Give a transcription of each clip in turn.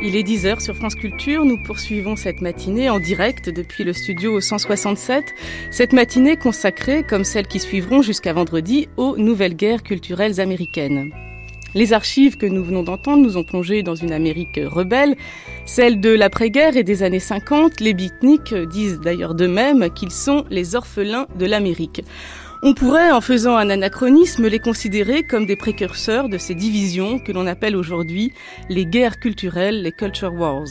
Il est 10h sur France Culture. Nous poursuivons cette matinée en direct depuis le studio 167. Cette matinée consacrée, comme celles qui suivront jusqu'à vendredi, aux nouvelles guerres culturelles américaines. Les archives que nous venons d'entendre nous ont plongé dans une Amérique rebelle, celle de l'après-guerre et des années 50. Les beatniks disent d'ailleurs d'eux-mêmes qu'ils sont les orphelins de l'Amérique. On pourrait, en faisant un anachronisme, les considérer comme des précurseurs de ces divisions que l'on appelle aujourd'hui les guerres culturelles, les culture wars.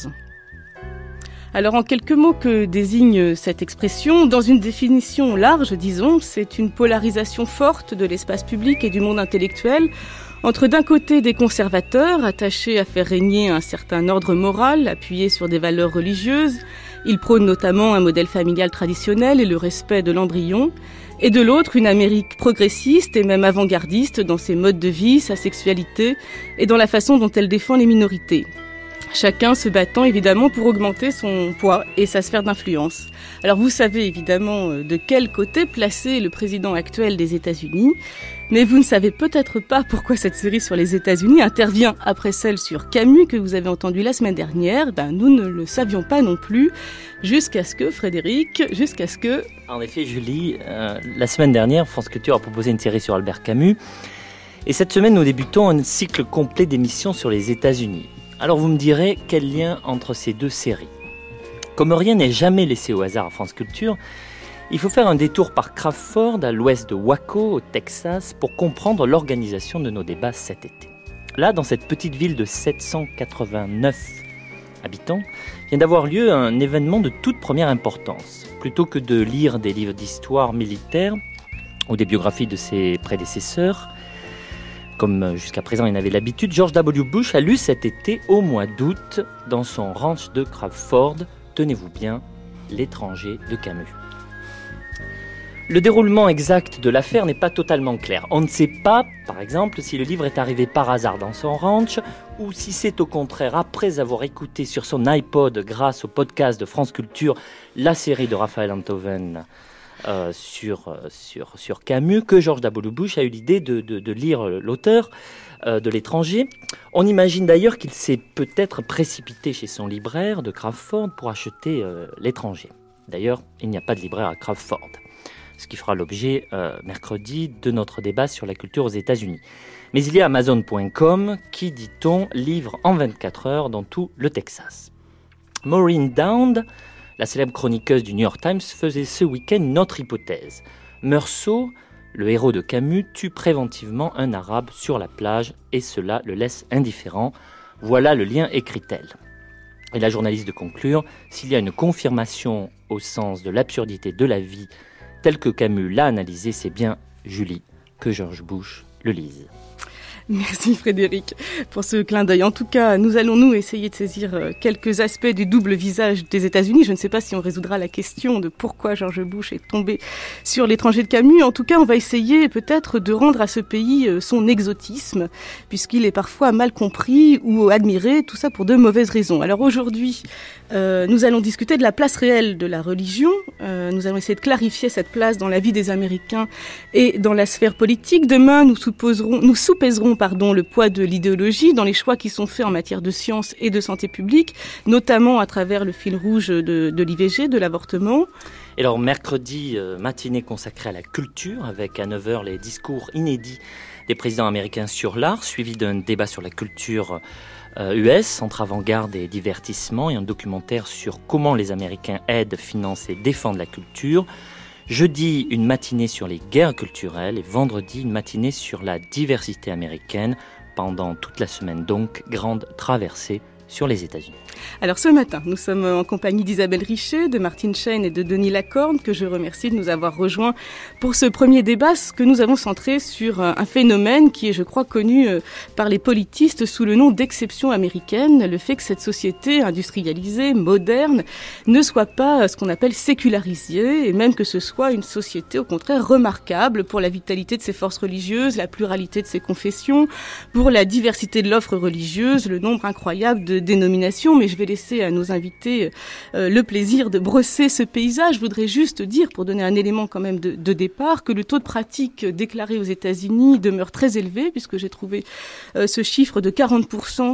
Alors en quelques mots, que désigne cette expression ? Dans une définition large, disons, c'est une polarisation forte de l'espace public et du monde intellectuel entre d'un côté des conservateurs attachés à faire régner un certain ordre moral appuyé sur des valeurs religieuses. Ils prônent notamment un modèle familial traditionnel et le respect de l'embryon. Et de l'autre, une Amérique progressiste et même avant-gardiste dans ses modes de vie, sa sexualité et dans la façon dont elle défend les minorités. Chacun se battant évidemment pour augmenter son poids et sa sphère d'influence. Alors vous savez évidemment de quel côté placer le président actuel des États-Unis, mais vous ne savez peut-être pas pourquoi cette série sur les États-Unis intervient après celle sur Camus que vous avez entendue la semaine dernière. Nous ne le savions pas non plus, jusqu'à ce que, Frédéric, En effet, Julie, la semaine dernière, France Culture a proposé une série sur Albert Camus. Et cette semaine, nous débutons un cycle complet d'émissions sur les États-Unis. Alors vous me direz, quel lien entre ces deux séries ? Comme rien n'est jamais laissé au hasard à France Culture, il faut faire un détour par Crawford, à l'ouest de Waco, au Texas, pour comprendre l'organisation de nos débats cet été. Là, dans cette petite ville de 789 habitants, vient d'avoir lieu un événement de toute première importance. Plutôt que de lire des livres d'histoire militaire ou des biographies de ses prédécesseurs, comme jusqu'à présent il en avait l'habitude, George W. Bush a lu cet été, au mois d'août, dans son ranch de Crawford, tenez-vous bien, L'étranger de Camus. Le déroulement exact de l'affaire n'est pas totalement clair. On ne sait pas, par exemple, si le livre est arrivé par hasard dans son ranch ou si c'est au contraire après avoir écouté sur son iPod, grâce au podcast de France Culture, la série de Raphaël Enthoven sur Camus, que George W. Bush a eu l'idée de lire l'auteur de L'étranger. On imagine d'ailleurs qu'il s'est peut-être précipité chez son libraire de Crawford pour acheter L'étranger. D'ailleurs, il n'y a pas de libraire à Crawford, ce qui fera l'objet mercredi de notre débat sur la culture aux États-Unis. Mais il y a Amazon.com qui, dit-on, livre en 24 heures dans tout le Texas. Maureen Dowd, la célèbre chroniqueuse du New York Times, faisait ce week-end une autre hypothèse. Meursault, le héros de Camus, tue préventivement un Arabe sur la plage et cela le laisse indifférent. Voilà le lien, écrit-elle. Et la journaliste de conclure, s'il y a une confirmation au sens de l'absurdité de la vie tel que Camus l'a analysé, c'est bien, Julie, que George Bush le lise. Merci Frédéric pour ce clin d'œil. En tout cas, nous allons essayer de saisir quelques aspects du double visage des États-Unis. Je ne sais pas si on résoudra la question de pourquoi George Bush est tombé sur L'étranger de Camus. En tout cas, on va essayer peut-être de rendre à ce pays son exotisme, puisqu'il est parfois mal compris ou admiré, tout ça pour de mauvaises raisons. Alors aujourd'hui, nous allons discuter de la place réelle de la religion. Nous allons essayer de clarifier cette place dans la vie des Américains et dans la sphère politique. Demain, nous soupèserons le poids de l'idéologie dans les choix qui sont faits en matière de science et de santé publique, notamment à travers le fil rouge de l'IVG, de l'avortement. Et alors mercredi, matinée consacrée à la culture, avec à 9h les discours inédits des présidents américains sur l'art, suivi d'un débat sur la culture US, entre avant-garde et divertissement, et un documentaire sur comment les Américains aident, financent et défendent la culture. Jeudi, une matinée sur les guerres culturelles et vendredi, une matinée sur la diversité américaine. Pendant toute la semaine donc, grande traversée sur les États-Unis. Alors ce matin, nous sommes en compagnie d'Isabelle Richet, de Martine Chesne et de Denis Lacorne, que je remercie de nous avoir rejoints pour ce premier débat, que nous avons centré sur un phénomène qui est, je crois, connu par les politistes sous le nom d'exception américaine, le fait que cette société industrialisée, moderne, ne soit pas ce qu'on appelle sécularisée, et même que ce soit une société, au contraire, remarquable pour la vitalité de ses forces religieuses, la pluralité de ses confessions, pour la diversité de l'offre religieuse, le nombre incroyable de de dénominations, mais je vais laisser à nos invités le plaisir de brosser ce paysage. Je voudrais juste dire, pour donner un élément quand même de départ, que le taux de pratique déclaré aux États-Unis demeure très élevé, puisque j'ai trouvé ce chiffre de 40%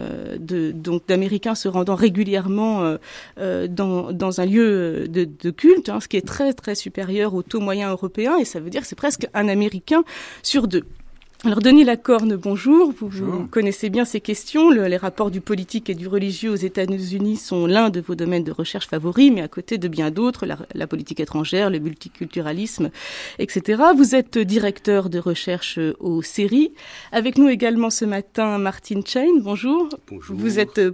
donc d'Américains se rendant régulièrement dans un lieu de culte, ce qui est très très supérieur au taux moyen européen, et ça veut dire que c'est presque un Américain sur deux. Alors Denis Lacorne, bonjour. Vous connaissez bien ces questions. Les rapports du politique et du religieux aux États-Unis sont l'un de vos domaines de recherche favoris, mais à côté de bien d'autres, la politique étrangère, le multiculturalisme, etc. Vous êtes directeur de recherche au CERI. Avec nous également ce matin, Martin Chain, bonjour. Bonjour. Vous êtes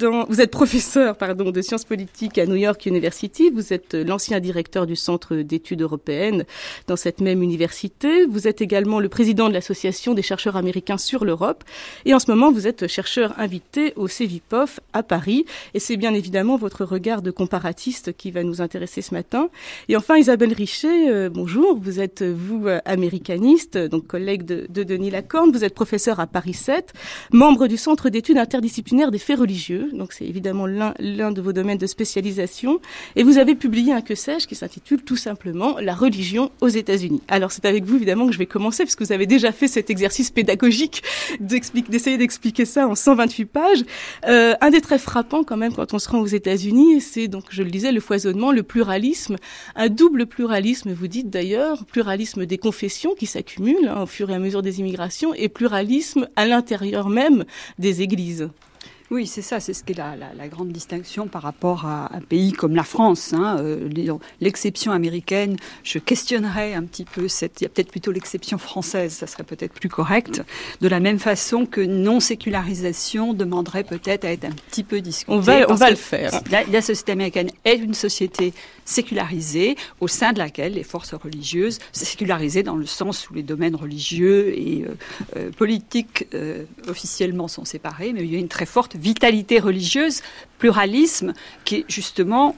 professeur de sciences politiques à New York University. Vous êtes l'ancien directeur du Centre d'études européennes dans cette même université. Vous êtes également le président de l'association des chercheurs américains sur l'Europe. Et en ce moment, vous êtes chercheur invité au CEVIPOF à Paris. Et c'est bien évidemment votre regard de comparatiste qui va nous intéresser ce matin. Et enfin, Isabelle Richet, bonjour. Vous êtes, américaniste, donc collègue de Denis Lacorne. Vous êtes professeur à Paris 7, membre du Centre d'études interdisciplinaires des faits religieux. Donc c'est évidemment l'un de vos domaines de spécialisation. Et vous avez publié un que sais-je qui s'intitule tout simplement « La religion aux États-Unis ». Alors c'est avec vous évidemment que je vais commencer, puisque vous avez déjà fait cet exercice pédagogique d'essayer d'expliquer ça en 128 pages. Un des traits frappants quand même quand on se rend aux États-Unis, c'est donc, je le disais, le foisonnement, le pluralisme, un double pluralisme, vous dites d'ailleurs, pluralisme des confessions qui s'accumulent au fur et à mesure des immigrations, et pluralisme à l'intérieur même des églises. Oui, c'est ça, c'est ce qui est la grande distinction par rapport à un pays comme la France. L'exception américaine, je questionnerais un petit peu il y a peut-être plutôt l'exception française, ça serait peut-être plus correct. De la même façon que non-sécularisation demanderait peut-être à être un petit peu discutée. On va le faire. La société américaine est une société sécularisée, au sein de laquelle les forces religieuses, sécularisées dans le sens où les domaines religieux et politiques officiellement sont séparés, mais il y a une très forte vitalité religieuse, pluralisme, qui est justement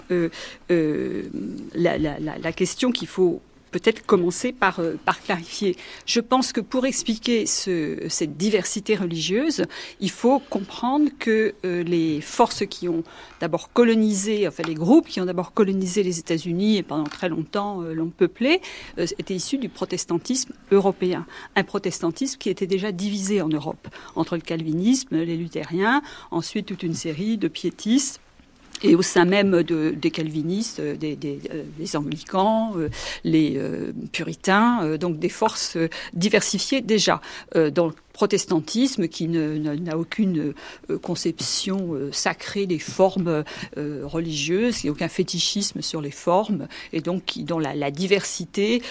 la question qu'il faut peut-être commencer par clarifier. Je pense que pour expliquer cette diversité religieuse, il faut comprendre que les forces qui ont d'abord colonisé, les groupes qui ont d'abord colonisé les États-Unis et pendant très longtemps l'ont peuplé, étaient issus du protestantisme européen. Un protestantisme qui était déjà divisé en Europe, entre le calvinisme, les luthériens, ensuite toute une série de piétistes, et au sein même des calvinistes, des anglicans, les puritains, donc des forces diversifiées déjà dans le protestantisme qui n'a aucune conception sacrée des formes religieuses, qui n'a aucun fétichisme sur les formes, et donc dont la diversité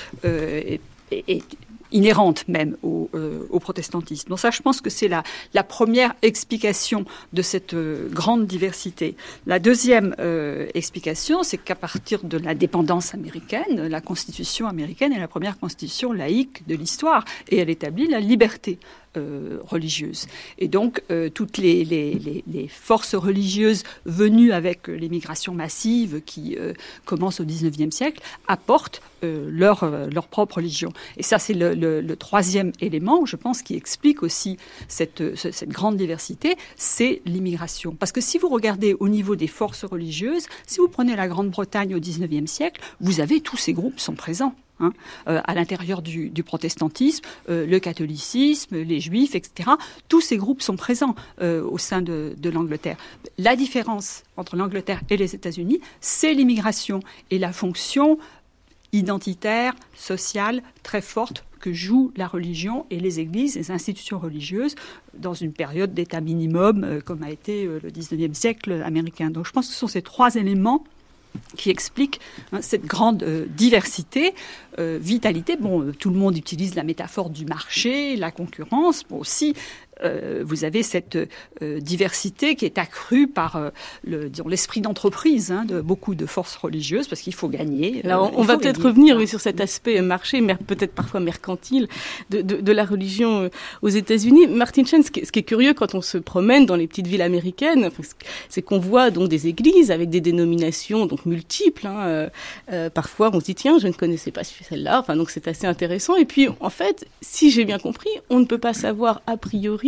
est inhérente même au protestantisme. Donc ça, je pense que c'est la première explication de cette grande diversité. La deuxième explication, c'est qu'à partir de l'indépendance américaine, la Constitution américaine est la première constitution laïque de l'histoire, et elle établit la liberté religieuse. Et donc, toutes les forces religieuses venues avec l'émigration massive qui commence au XIXe siècle apportent leur propre religion. Et ça, c'est le troisième élément, je pense, qui explique aussi cette grande diversité, c'est l'immigration. Parce que si vous regardez au niveau des forces religieuses, si vous prenez la Grande-Bretagne au XIXe siècle, vous avez tous ces groupes sont présents. À l'intérieur du protestantisme, le catholicisme, les juifs, etc. Tous ces groupes sont présents au sein de l'Angleterre. La différence entre l'Angleterre et les États-Unis, c'est l'immigration et la fonction identitaire, sociale, très forte que joue la religion et les églises, les institutions religieuses, dans une période d'état minimum, comme a été le XIXe siècle américain. Donc je pense que ce sont ces trois éléments qui explique cette grande diversité, vitalité. Bon, tout le monde utilise la métaphore du marché, la concurrence. Bon, aussi, vous avez cette diversité qui est accrue par l'esprit d'entreprise de beaucoup de forces religieuses, parce qu'il faut gagner. Alors, on va peut-être revenir sur cet aspect marché, mais peut-être parfois mercantile, de la religion aux États-Unis. Martin Chen, ce qui est curieux quand on se promène dans les petites villes américaines, c'est qu'on voit donc des églises avec des dénominations donc multiples. Parfois, on se dit tiens, je ne connaissais pas celle-là. Donc c'est assez intéressant. Et puis, en fait, si j'ai bien compris, on ne peut pas savoir a priori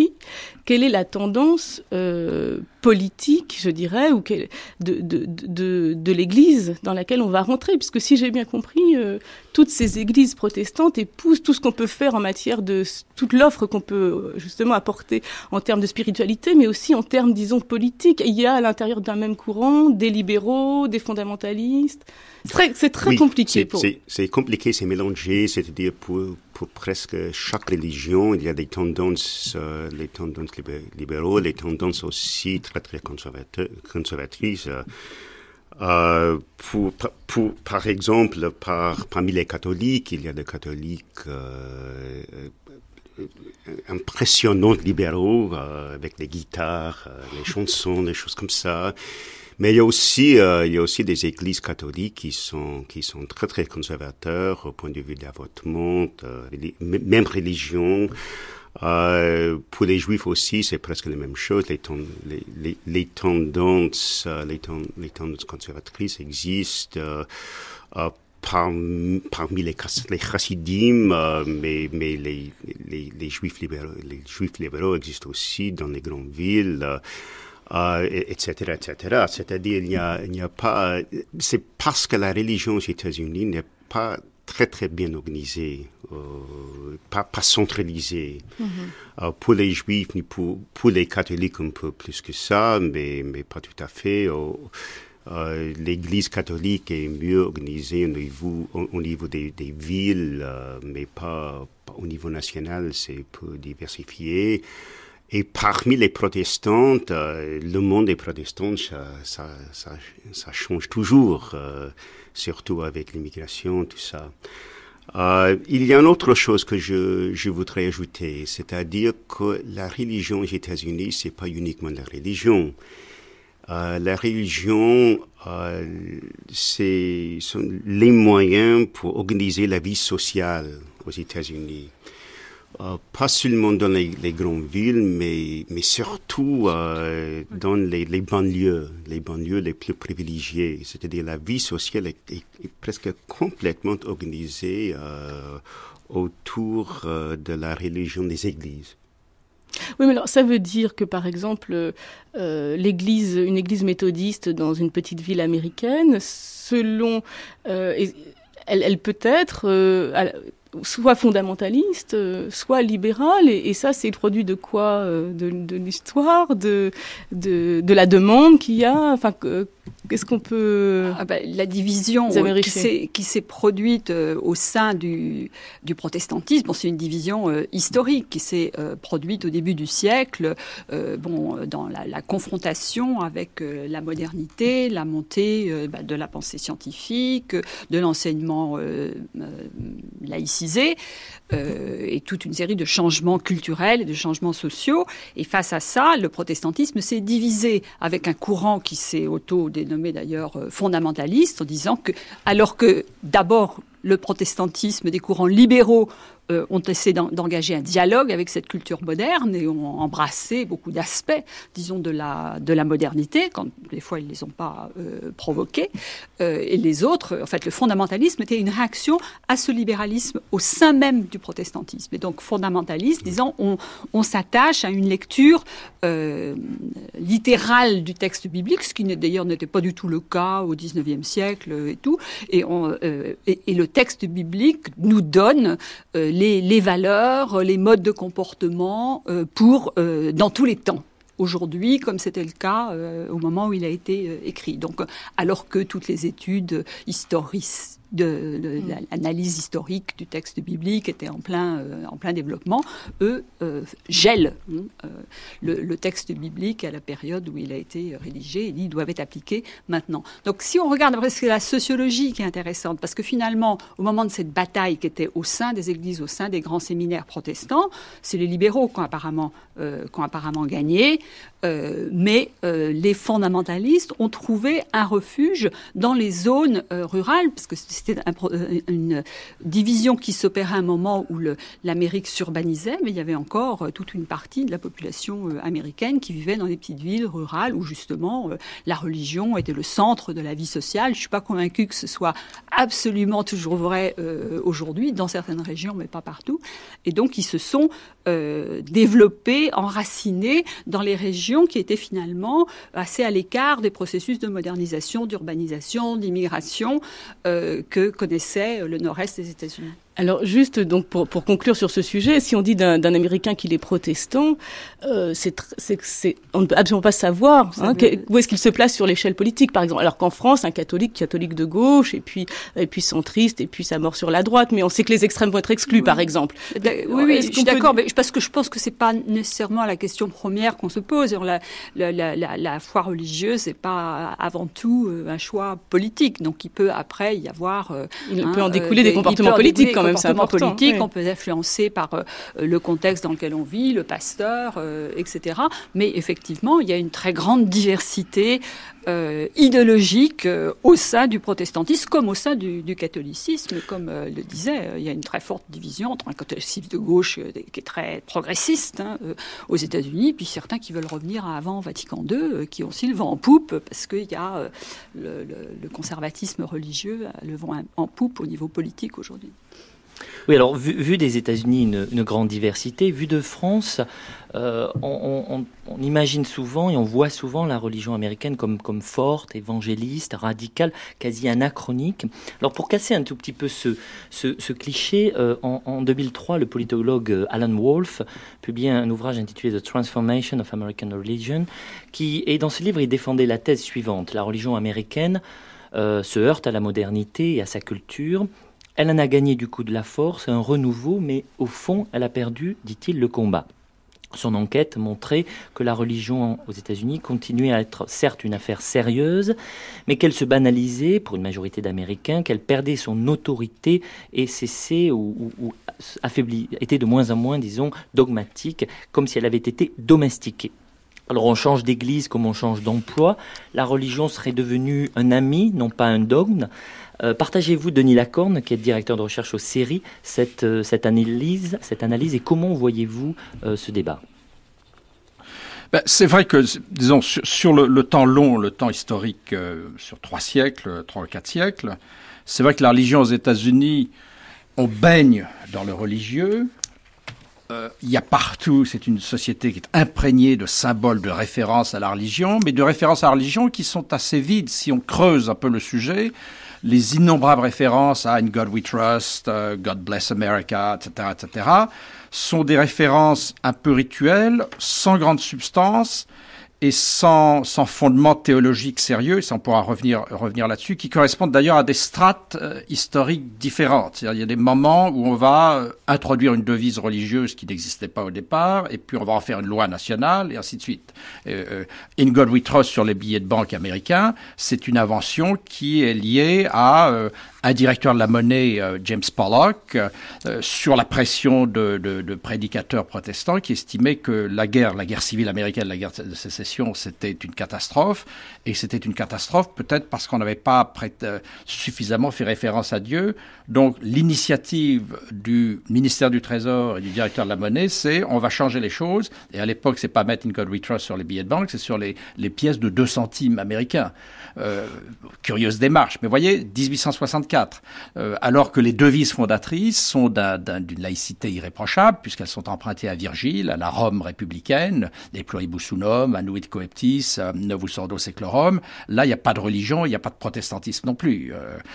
compris quelle est la tendance politique, je dirais, ou de l'Église dans laquelle on va rentrer. Puisque si j'ai bien compris, toutes ces églises protestantes épousent tout ce qu'on peut faire en matière de toute l'offre qu'on peut justement apporter en termes de spiritualité, mais aussi en termes, disons, politiques. Il y a à l'intérieur d'un même courant des libéraux, des fondamentalistes. C'est très compliqué. C'est compliqué, c'est mélangé, c'est-à-dire pour presque chaque religion, il y a des tendances, les tendances libérales, les tendances aussi très très conservatrices. Par exemple, parmi les catholiques, il y a des catholiques impressionnants libéraux avec les guitares, les chansons, des choses comme ça. Mais il y a aussi des églises catholiques qui sont très très conservateurs au point de vue de l'avortement, même religion. Pour les juifs aussi, c'est presque la même chose. Les tendances conservatrices existent parmi les chassidim, mais les juifs libéraux existent aussi dans les grandes villes. Etc. C'est-à-dire, il n'y a pas, c'est parce que la religion aux États-Unis n'est pas très très bien organisée, pas centralisée. Mm-hmm. Pour les juifs ni pour les catholiques un peu plus que ça, mais pas tout à fait. L'Église catholique est mieux organisée au niveau des villes, mais pas au niveau national, c'est peu diversifié. Et parmi les protestants, le monde des protestants, ça change toujours, surtout avec l'immigration, tout ça. Il y a une autre chose que je voudrais ajouter, c'est-à-dire que la religion aux États-Unis, c'est pas uniquement la religion. La religion, sont les moyens pour organiser la vie sociale aux États-Unis. Pas seulement dans les grandes villes, mais surtout dans les banlieues les plus privilégiées. C'est-à-dire la vie sociale est presque complètement organisée autour de la religion des églises. Oui, mais alors ça veut dire que, par exemple, une église méthodiste dans une petite ville américaine, selon... elle peut être... soit fondamentaliste, soit libéral, et ça c'est le produit de quoi, de l'histoire, de la demande qu'il y a. Enfin, qu'est-ce qu'on peut la division qui s'est produite au sein du protestantisme. Bon, c'est une division historique qui s'est produite au début du siècle. Dans la confrontation avec la modernité, la montée de la pensée scientifique, de l'enseignement laïcisé. Et toute une série de changements culturels et de changements sociaux. Et face à ça, le protestantisme s'est divisé avec un courant qui s'est auto-dénommé d'ailleurs fondamentaliste, en disant que, alors que d'abord le protestantisme, des courants libéraux ont essayé d'engager un dialogue avec cette culture moderne et ont embrassé beaucoup d'aspects, disons, de la modernité, quand des fois ils ne les ont pas provoqués. Et les autres, en fait, le fondamentalisme était une réaction à ce libéralisme au sein même du protestantisme. Et donc, fondamentaliste, disant, on s'attache à une lecture littérale du texte biblique, ce qui d'ailleurs n'était pas du tout le cas au XIXe siècle et tout. Et le texte biblique nous donne les valeurs, les modes de comportement dans tous les temps. Aujourd'hui, comme c'était le cas au moment où il a été écrit. Donc, alors que toutes les études historiques, l'analyse historique du texte biblique était en plein développement, eux gèlent le texte biblique à la période où il a été rédigé et ils doivent être appliqués maintenant. Donc si on regarde, après c'est la sociologie qui est intéressante, parce que finalement, au moment de cette bataille qui était au sein des églises, au sein des grands séminaires protestants, c'est les libéraux qui ont apparemment gagné, mais les fondamentalistes ont trouvé un refuge dans les zones rurales, parce que c'était une division qui s'opérait à un moment où l'Amérique s'urbanisait, mais il y avait encore toute une partie de la population américaine qui vivait dans des petites villes rurales où justement la religion était le centre de la vie sociale. Je ne suis pas convaincue que ce soit absolument toujours vrai aujourd'hui, dans certaines régions, mais pas partout. Et donc, ils se sont développés, enracinés dans les régions qui étaient finalement assez à l'écart des processus de modernisation, d'urbanisation, d'immigration que connaissait le nord-est des États-Unis. Alors juste donc pour conclure sur ce sujet, si on dit d'un Américain qu'il est protestant, on ne peut absolument pas savoir où est-ce qu'il se place sur l'échelle politique, par exemple. Alors qu'en France, un catholique de gauche, et puis centriste, et puis ça mord sur la droite, mais on sait que les extrêmes vont être exclus, par exemple. Oui, je suis d'accord, mais parce que je pense que c'est pas nécessairement la question première qu'on se pose. La foi religieuse n'est pas avant tout un choix politique, donc il peut après y avoir il peut en découler des comportements politiques. Quand même, c'est important. Politique, on peut être influencé par le contexte dans lequel on vit, le pasteur, etc. Mais effectivement, il y a une très grande diversité idéologique au sein du protestantisme comme au sein du catholicisme. Comme le disait, il y a une très forte division entre un catholicisme de gauche qui est très progressiste aux États-Unis, puis certains qui veulent revenir à avant Vatican II, qui ont aussi le vent en poupe parce qu'il y a le conservatisme religieux le vent en poupe au niveau politique aujourd'hui. Oui, alors vu des États-Unis une grande diversité, vu de France, on imagine souvent et on voit souvent la religion américaine comme forte, évangéliste, radicale, quasi anachronique. Alors pour casser un tout petit peu ce cliché, en 2003, le politologue Alan Wolf publiait un ouvrage intitulé The Transformation of American Religion, et dans ce livre, il défendait la thèse suivante: la religion américaine se heurte à la modernité et à sa culture. Elle en a gagné du coup de la force, un renouveau, mais au fond, elle a perdu, dit-il, le combat. Son enquête montrait que la religion aux États-Unis continuait à être certes une affaire sérieuse, mais qu'elle se banalisait pour une majorité d'Américains, qu'elle perdait son autorité et cessait ou affaiblit, était de moins en moins, disons, dogmatique, comme si elle avait été domestiquée. Alors on change d'église comme on change d'emploi, la religion serait devenue un ami, non pas un dogme. Partagez-vous, Denis Lacorne, qui est directeur de recherche au CERI, cette analyse et comment voyez-vous ce débat ? C'est vrai que, disons, sur le temps long, le temps historique, sur 3 ou 4 siècles, c'est vrai que la religion aux États-Unis, on baigne dans le religieux. Il y a partout, c'est une société qui est imprégnée de symboles de référence à la religion, mais de références à la religion qui sont assez vides. Si on creuse un peu le sujet, les innombrables références à « In God We Trust »,« God Bless America », etc., sont des références un peu rituelles, sans grande substance et sans fondement théologique sérieux, et ça on pourra revenir là-dessus, qui correspondent d'ailleurs à des strates historiques différentes. C'est-à-dire, il y a des moments où on va introduire une devise religieuse qui n'existait pas au départ, et puis on va en faire une loi nationale, et ainsi de suite. In God We Trust sur les billets de banque américains, c'est une invention qui est liée à un directeur de la monnaie, James Pollock, sur la pression de prédicateurs protestants qui estimaient que la guerre civile américaine, la guerre de sécession, c'était une catastrophe, et c'était une catastrophe peut-être parce qu'on n'avait pas suffisamment fait référence à Dieu. Donc l'initiative du ministère du Trésor et du directeur de la monnaie, c'est on va changer les choses, et à l'époque c'est pas mettre In God We Trust sur les billets de banque, c'est sur les pièces de 2 centimes américains. Curieuse démarche, mais voyez, 1864, alors que les devises fondatrices sont d'une laïcité irréprochable, puisqu'elles sont empruntées à Virgile, à la Rome républicaine, De pluribus unum, Anuit coeptis, Novus ordo seclorum. Là, il n'y a pas de religion, il n'y a pas de protestantisme non plus.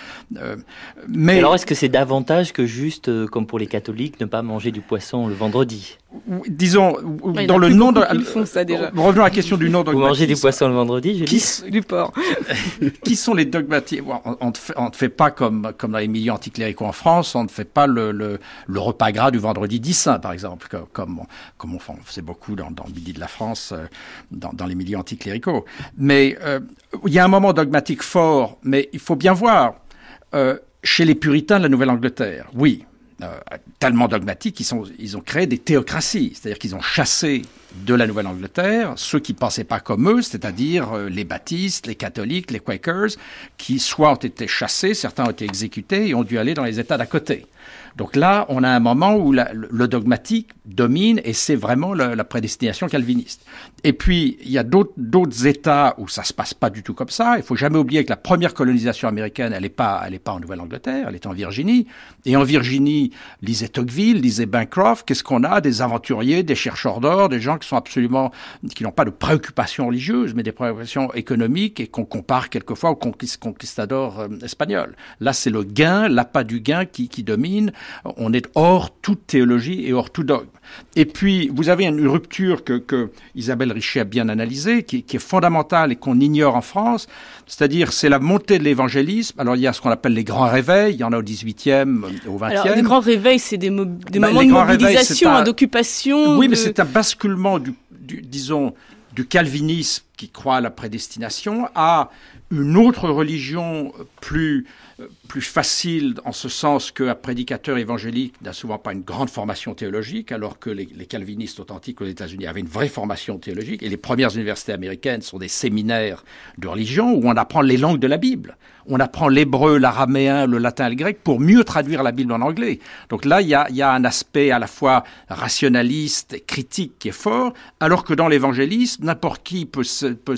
Mais alors, est-ce que c'est davantage que juste, comme pour les catholiques, ne pas manger du poisson le vendredi ? Disons, dans le nom de... font ça déjà. Revenons à la question du nom dogmatique. Vous mangez du poisson le vendredi, du porc. Qui sont les dogmatiques ? On ne fait pas comme dans les milieux anticléricaux en France, on ne fait pas le repas gras du vendredi 10 saint, par exemple, comme on faisait beaucoup dans le midi de la France, dans les milieux anticléricaux. Mais il y a un moment dogmatique fort, mais il faut bien voir, chez les puritains de la Nouvelle-Angleterre, oui, tellement dogmatiques, ils ont créé des théocraties, c'est-à-dire qu'ils ont chassé de la Nouvelle-Angleterre, ceux qui ne pensaient pas comme eux, c'est-à-dire les baptistes, les catholiques, les Quakers, qui soit ont été chassés, certains ont été exécutés et ont dû aller dans les États d'à côté. Donc là, on a un moment où le dogmatique domine et c'est vraiment la prédestination calviniste. Et puis, il y a d'autres États où ça se passe pas du tout comme ça. Il faut jamais oublier que la première colonisation américaine, elle est pas en Nouvelle-Angleterre, elle est en Virginie. Et en Virginie, lisez Tocqueville, lisez Bancroft, qu'est-ce qu'on a? Des aventuriers, des chercheurs d'or, des gens qui n'ont pas de préoccupations religieuses, mais des préoccupations économiques et qu'on compare quelquefois aux conquistadors espagnols. Là, c'est le gain, l'appât du gain qui domine. On est hors toute théologie et hors tout dogme. Et puis, vous avez une rupture que Isabelle Richet a bien analysée, qui est fondamentale et qu'on ignore en France, c'est-à-dire c'est la montée de l'évangélisme. Alors, il y a ce qu'on appelle les grands réveils, il y en a au 18e, au 20e. Alors, les grands réveils, c'est des moments de mobilisation, d'occupation. Oui, mais c'est un basculement du calvinisme qui croit à la prédestination à une autre religion plus facile en ce sens qu'un prédicateur évangélique n'a souvent pas une grande formation théologique, alors que les calvinistes authentiques aux États-Unis avaient une vraie formation théologique. Et les premières universités américaines sont des séminaires de religion où on apprend les langues de la Bible. On apprend l'hébreu, l'araméen, le latin et le grec pour mieux traduire la Bible en anglais. Donc là, il y a un aspect à la fois rationaliste et critique qui est fort, alors que dans l'évangélisme, n'importe qui peut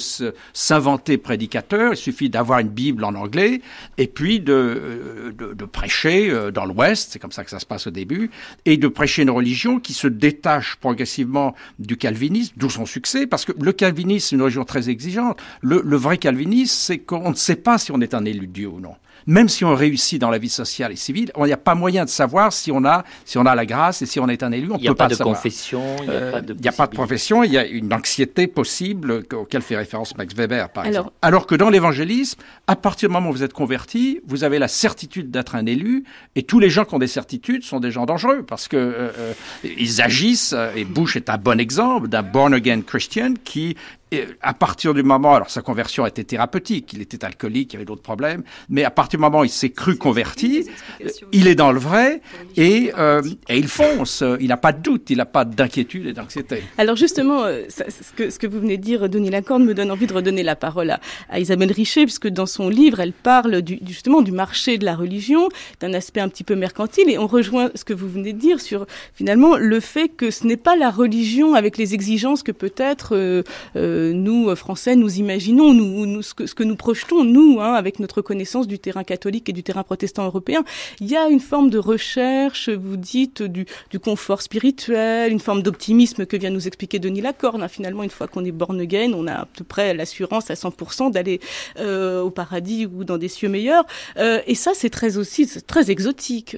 s'inventer prédicateur. Il suffit d'avoir une Bible en anglais et puis de prêcher dans l'Ouest, c'est comme ça que ça se passe au début, et de prêcher une religion qui se détache progressivement du calvinisme, d'où son succès, parce que le calvinisme, c'est une religion très exigeante. Le vrai calvinisme, c'est qu'on ne sait pas si on est un élu de Dieu ou non. Même si on réussit dans la vie sociale et civile, il n'y a pas moyen de savoir si on a la grâce et si on est un élu. On peut pas le savoir. Il n'y a pas de confession, il y a une anxiété possible auquel fait référence Max Weber, par exemple. Alors que dans l'évangélisme, à partir du moment où vous êtes converti, vous avez la certitude d'être un élu, et tous les gens qui ont des certitudes sont des gens dangereux, parce que ils agissent, et Bush est un bon exemple d'un born-again Christian qui, à partir du moment, alors sa conversion était thérapeutique, il était alcoolique, il y avait d'autres problèmes, mais à partir du moment où il s'est cru converti, il est dans le vrai et il fonce, il n'a pas de doute, il n'a pas d'inquiétude et d'anxiété. Alors justement, ce que vous venez de dire, Denis Lacorne, me donne envie de redonner la parole à Isabelle Richet, puisque dans son livre, elle parle justement du marché de la religion, d'un aspect un petit peu mercantile, et on rejoint ce que vous venez de dire sur finalement le fait que ce n'est pas la religion avec les exigences que peut-être nous, Français, nous imaginons, ce que nous projetons, nous, avec notre connaissance du terrain catholique et du terrain protestant européen. Il y a une forme de recherche, vous dites, du confort spirituel, une forme d'optimisme que vient nous expliquer Denis Lacorne. Finalement, une fois qu'on est born again, on a à peu près l'assurance à 100% d'aller au paradis ou dans des cieux meilleurs. Et ça, c'est très exotique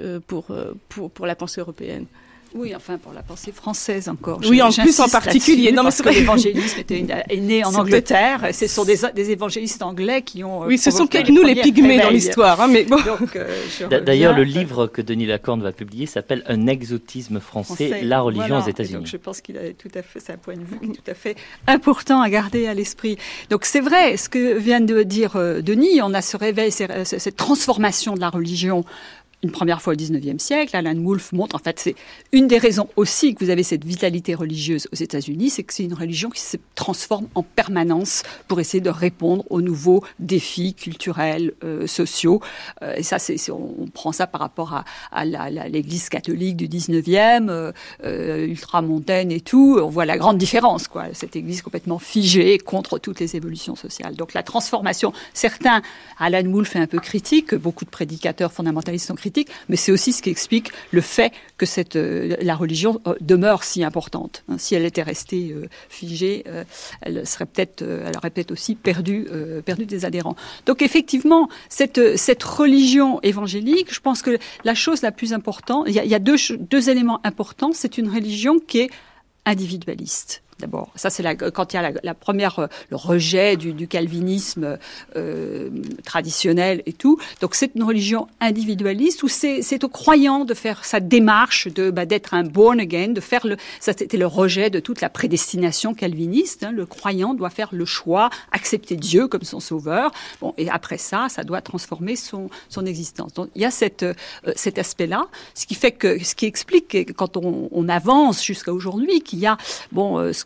pour la pensée europééenne. Oui, enfin, pour la pensée française encore. Oui, en plus, en particulier. Non, parce que l'évangélisme est né en Angleterre. Ce sont des évangélistes anglais qui ont... Oui, ce sont peut-être nous les pygmées dans l'histoire. Mais bon. Donc, d'ailleurs, le livre que Denis Lacorne va publier s'appelle « Un exotisme français, la religion aux États-Unis ». Donc, je pense qu'il a tout à fait, c'est un point de vue tout à fait important à garder à l'esprit. Donc, c'est vrai, ce que vient de dire Denis, on a ce réveil, cette transformation de la religion une première fois au XIXe siècle. Alan Wolf montre, en fait, c'est une des raisons aussi que vous avez cette vitalité religieuse aux États-Unis, c'est que c'est une religion qui se transforme en permanence pour essayer de répondre aux nouveaux défis culturels, sociaux. Et ça, on prend ça par rapport à l'Église catholique du XIXe, ultramontaine et tout. On voit la grande différence, quoi. Cette Église complètement figée contre toutes les évolutions sociales. Donc la transformation, certains, Alan Wolf est un peu critique, beaucoup de prédicateurs fondamentalistes sont critiques, mais c'est aussi ce qui explique le fait que la religion demeure si importante. Si elle était restée figée, elle aurait peut-être aussi perdu des adhérents. Donc effectivement, cette religion évangélique, je pense que la chose la plus importante, il y a deux éléments importants. C'est une religion qui est individualiste. D'abord, ça c'est quand il y a la première, le rejet du calvinisme traditionnel et tout. Donc c'est une religion individualiste où c'est aux croyants de faire sa démarche d'être un born again, ça c'était le rejet de toute la prédestination calviniste. Le croyant doit faire le choix, accepter Dieu comme son sauveur. Bon, et après ça doit transformer son existence. Donc il y a cet aspect-là, ce qui explique que quand on avance jusqu'à aujourd'hui qu'il y a ce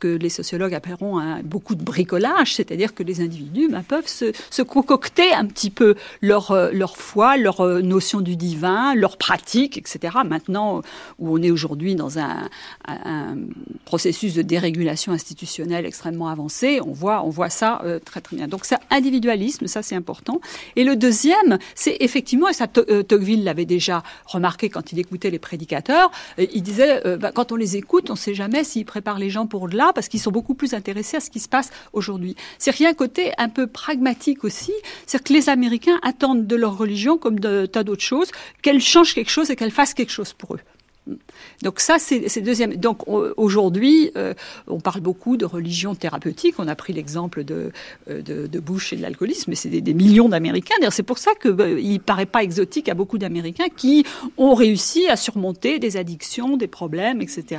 que les sociologues appelleront beaucoup de bricolage, c'est-à-dire que les individus peuvent se concocter un petit peu leur foi, leur notion du divin, leur pratique, etc. Maintenant, où on est aujourd'hui dans un processus de dérégulation institutionnelle extrêmement avancé, on voit ça très très bien. Donc ça, individualisme, ça c'est important. Et le deuxième, c'est effectivement, et ça Tocqueville l'avait déjà remarqué quand il écoutait les prédicateurs, il disait, quand on les écoute, on ne sait jamais s'ils préparent les gens pour là, parce qu'ils sont beaucoup plus intéressés à ce qui se passe aujourd'hui. C'est qu'il y a un côté un peu pragmatique aussi, c'est-à-dire que les Américains attendent de leur religion, comme de tas d'autres choses, qu'elle change quelque chose et qu'elle fasse quelque chose pour eux. Donc ça, c'est deuxième. Donc aujourd'hui, on parle beaucoup de religion thérapeutique. On a pris l'exemple de Bush et de l'alcoolisme, mais c'est des millions d'Américains. D'ailleurs, c'est pour ça qu'il paraît pas exotique à beaucoup d'Américains qui ont réussi à surmonter des addictions, des problèmes, etc.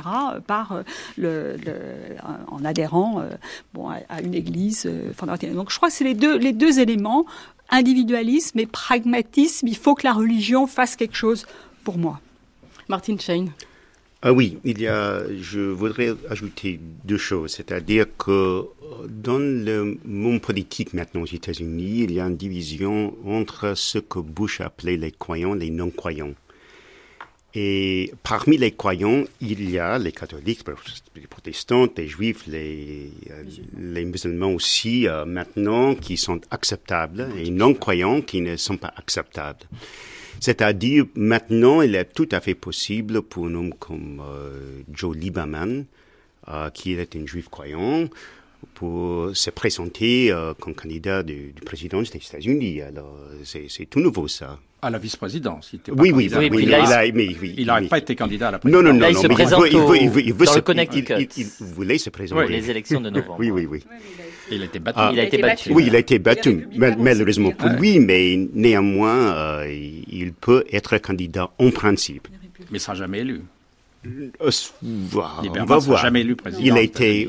En adhérant à une église fondamentale. Donc je crois que c'est les deux éléments, individualisme et pragmatisme. Il faut que la religion fasse quelque chose pour moi. Martin Shane. Ah oui, je voudrais ajouter deux choses. C'est-à-dire que dans le monde politique maintenant aux États-Unis, il y a une division entre ce que Bush appelait les croyants et les non-croyants. Et parmi les croyants, il y a les catholiques, les protestants, les juifs, les musulmans aussi maintenant qui sont acceptables et non-croyants qui ne sont pas acceptables. C'est-à-dire, maintenant, il est tout à fait possible pour un homme comme Joe Lieberman, qui est un juif croyant, pour se présenter comme candidat du président des États-Unis. Alors, c'est tout nouveau, ça. À la vice-présidence. Il n'aurait pas été candidat à la présidence. Non. Là, il se présente dans le Connecticut. Il voulait se présenter. Les élections de novembre. Oui. Il a été battu. Il a été battu. Oui, il a été battu, malheureusement pour lui, mais néanmoins, il peut être candidat en principe. Mais il ne sera jamais élu. On va voir. Jamais élu président. Il a été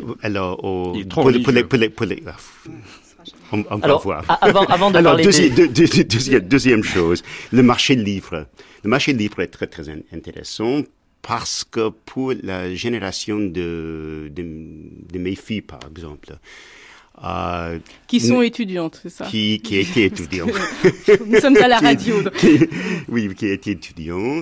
on va voir. Avant de parler deuxième chose, le marché libre. Le marché libre est très très intéressant. Parce que pour la génération de mes filles, par exemple, qui sont étudiantes, c'est ça? Qui étaient étudiantes. Nous sommes à la radio. Qui étaient étudiantes.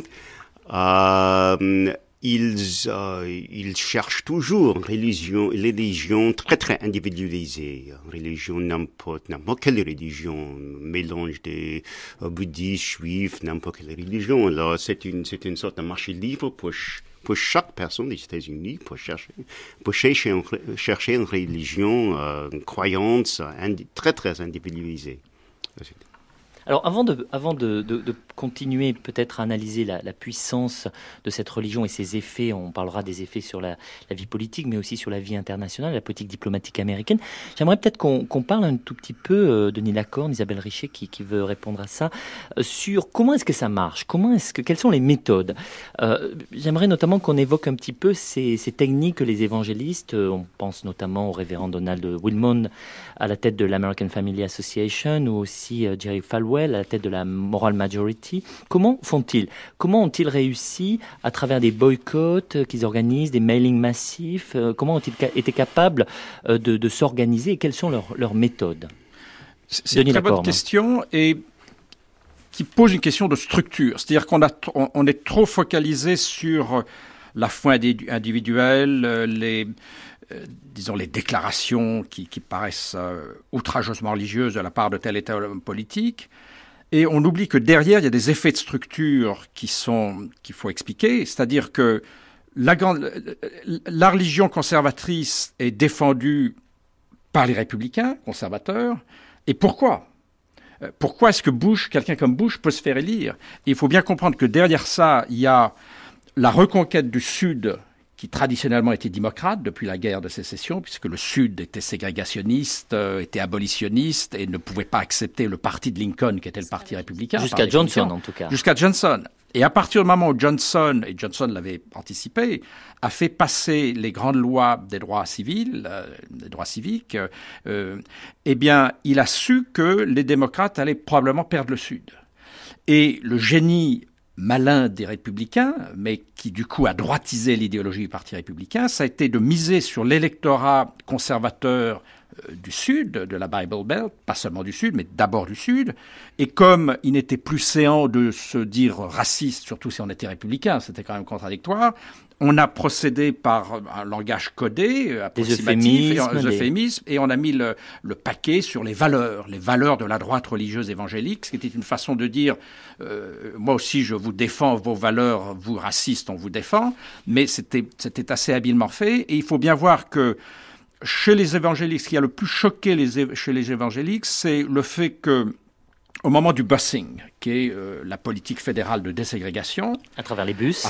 Ils cherchent toujours une religion très très individualisée, religion n'importe quelle religion, mélange des bouddhistes, juifs, n'importe quelle religion. Alors c'est une sorte de marché libre pour chaque personne des États-Unis pour chercher une religion, une croyance très très individualisée. Alors, avant de continuer peut-être à analyser la puissance de cette religion et ses effets, on parlera des effets sur la vie politique, mais aussi sur la vie internationale, la politique diplomatique américaine. J'aimerais peut-être qu'on parle un tout petit peu, Denis Lacorne, Isabelle Richer, qui veut répondre à ça, sur comment est-ce que ça marche, quelles sont les méthodes. J'aimerais notamment qu'on évoque un petit peu ces techniques que les évangélistes, on pense notamment au révérend Donald Wilmot à la tête de l'American Family Association, ou aussi Jerry Falwell à la tête de la Moral Majority. Comment font-ils? Comment ont-ils réussi à travers des boycotts qu'ils organisent, des mailings massifs? Comment ont-ils été capables de s'organiser et quelles sont leurs méthodes? C'est une très bonne question et qui pose une question de structure. C'est-à-dire qu'on est trop focalisé sur la foi individuelle, les déclarations qui paraissent outrageusement religieuses de la part de tel et tel homme politique. Et on oublie que derrière, il y a des effets de structure qu'il faut expliquer. C'est-à-dire que la religion conservatrice est défendue par les républicains conservateurs. Et pourquoi? Pourquoi est-ce que quelqu'un comme Bush peut se faire élire? Et il faut bien comprendre que derrière ça, il y a la reconquête du Sud, qui traditionnellement était démocrate depuis la guerre de sécession, puisque le Sud était ségrégationniste, était abolitionniste et ne pouvait pas accepter le parti de Lincoln, qui était le parti républicain. Jusqu'à Johnson, en tout cas. Jusqu'à Johnson. Et à partir du moment où Johnson l'avait anticipé, a fait passer les grandes lois des droits civils, des droits civiques, eh bien, il a su que les démocrates allaient probablement perdre le Sud. Et le génie malin des républicains, mais qui du coup a droitisé l'idéologie du Parti républicain, ça a été de miser sur l'électorat conservateur du Sud, de la Bible Belt, pas seulement du Sud, mais d'abord du Sud. Et comme il n'était plus séant de se dire raciste, surtout si on était républicain, c'était quand même contradictoire, on a procédé par un langage codé, approximatif, des euphémismes, et on a mis le paquet sur les valeurs de la droite religieuse évangélique, ce qui était une façon de dire moi aussi je vous défends vos valeurs, vous racistes, on vous défend, mais c'était assez habilement fait, et il faut bien voir que chez les évangéliques, ce qui a le plus choqué chez les évangéliques, c'est le fait que au moment du busing, qui est la politique fédérale de déségrégation, à travers les bus,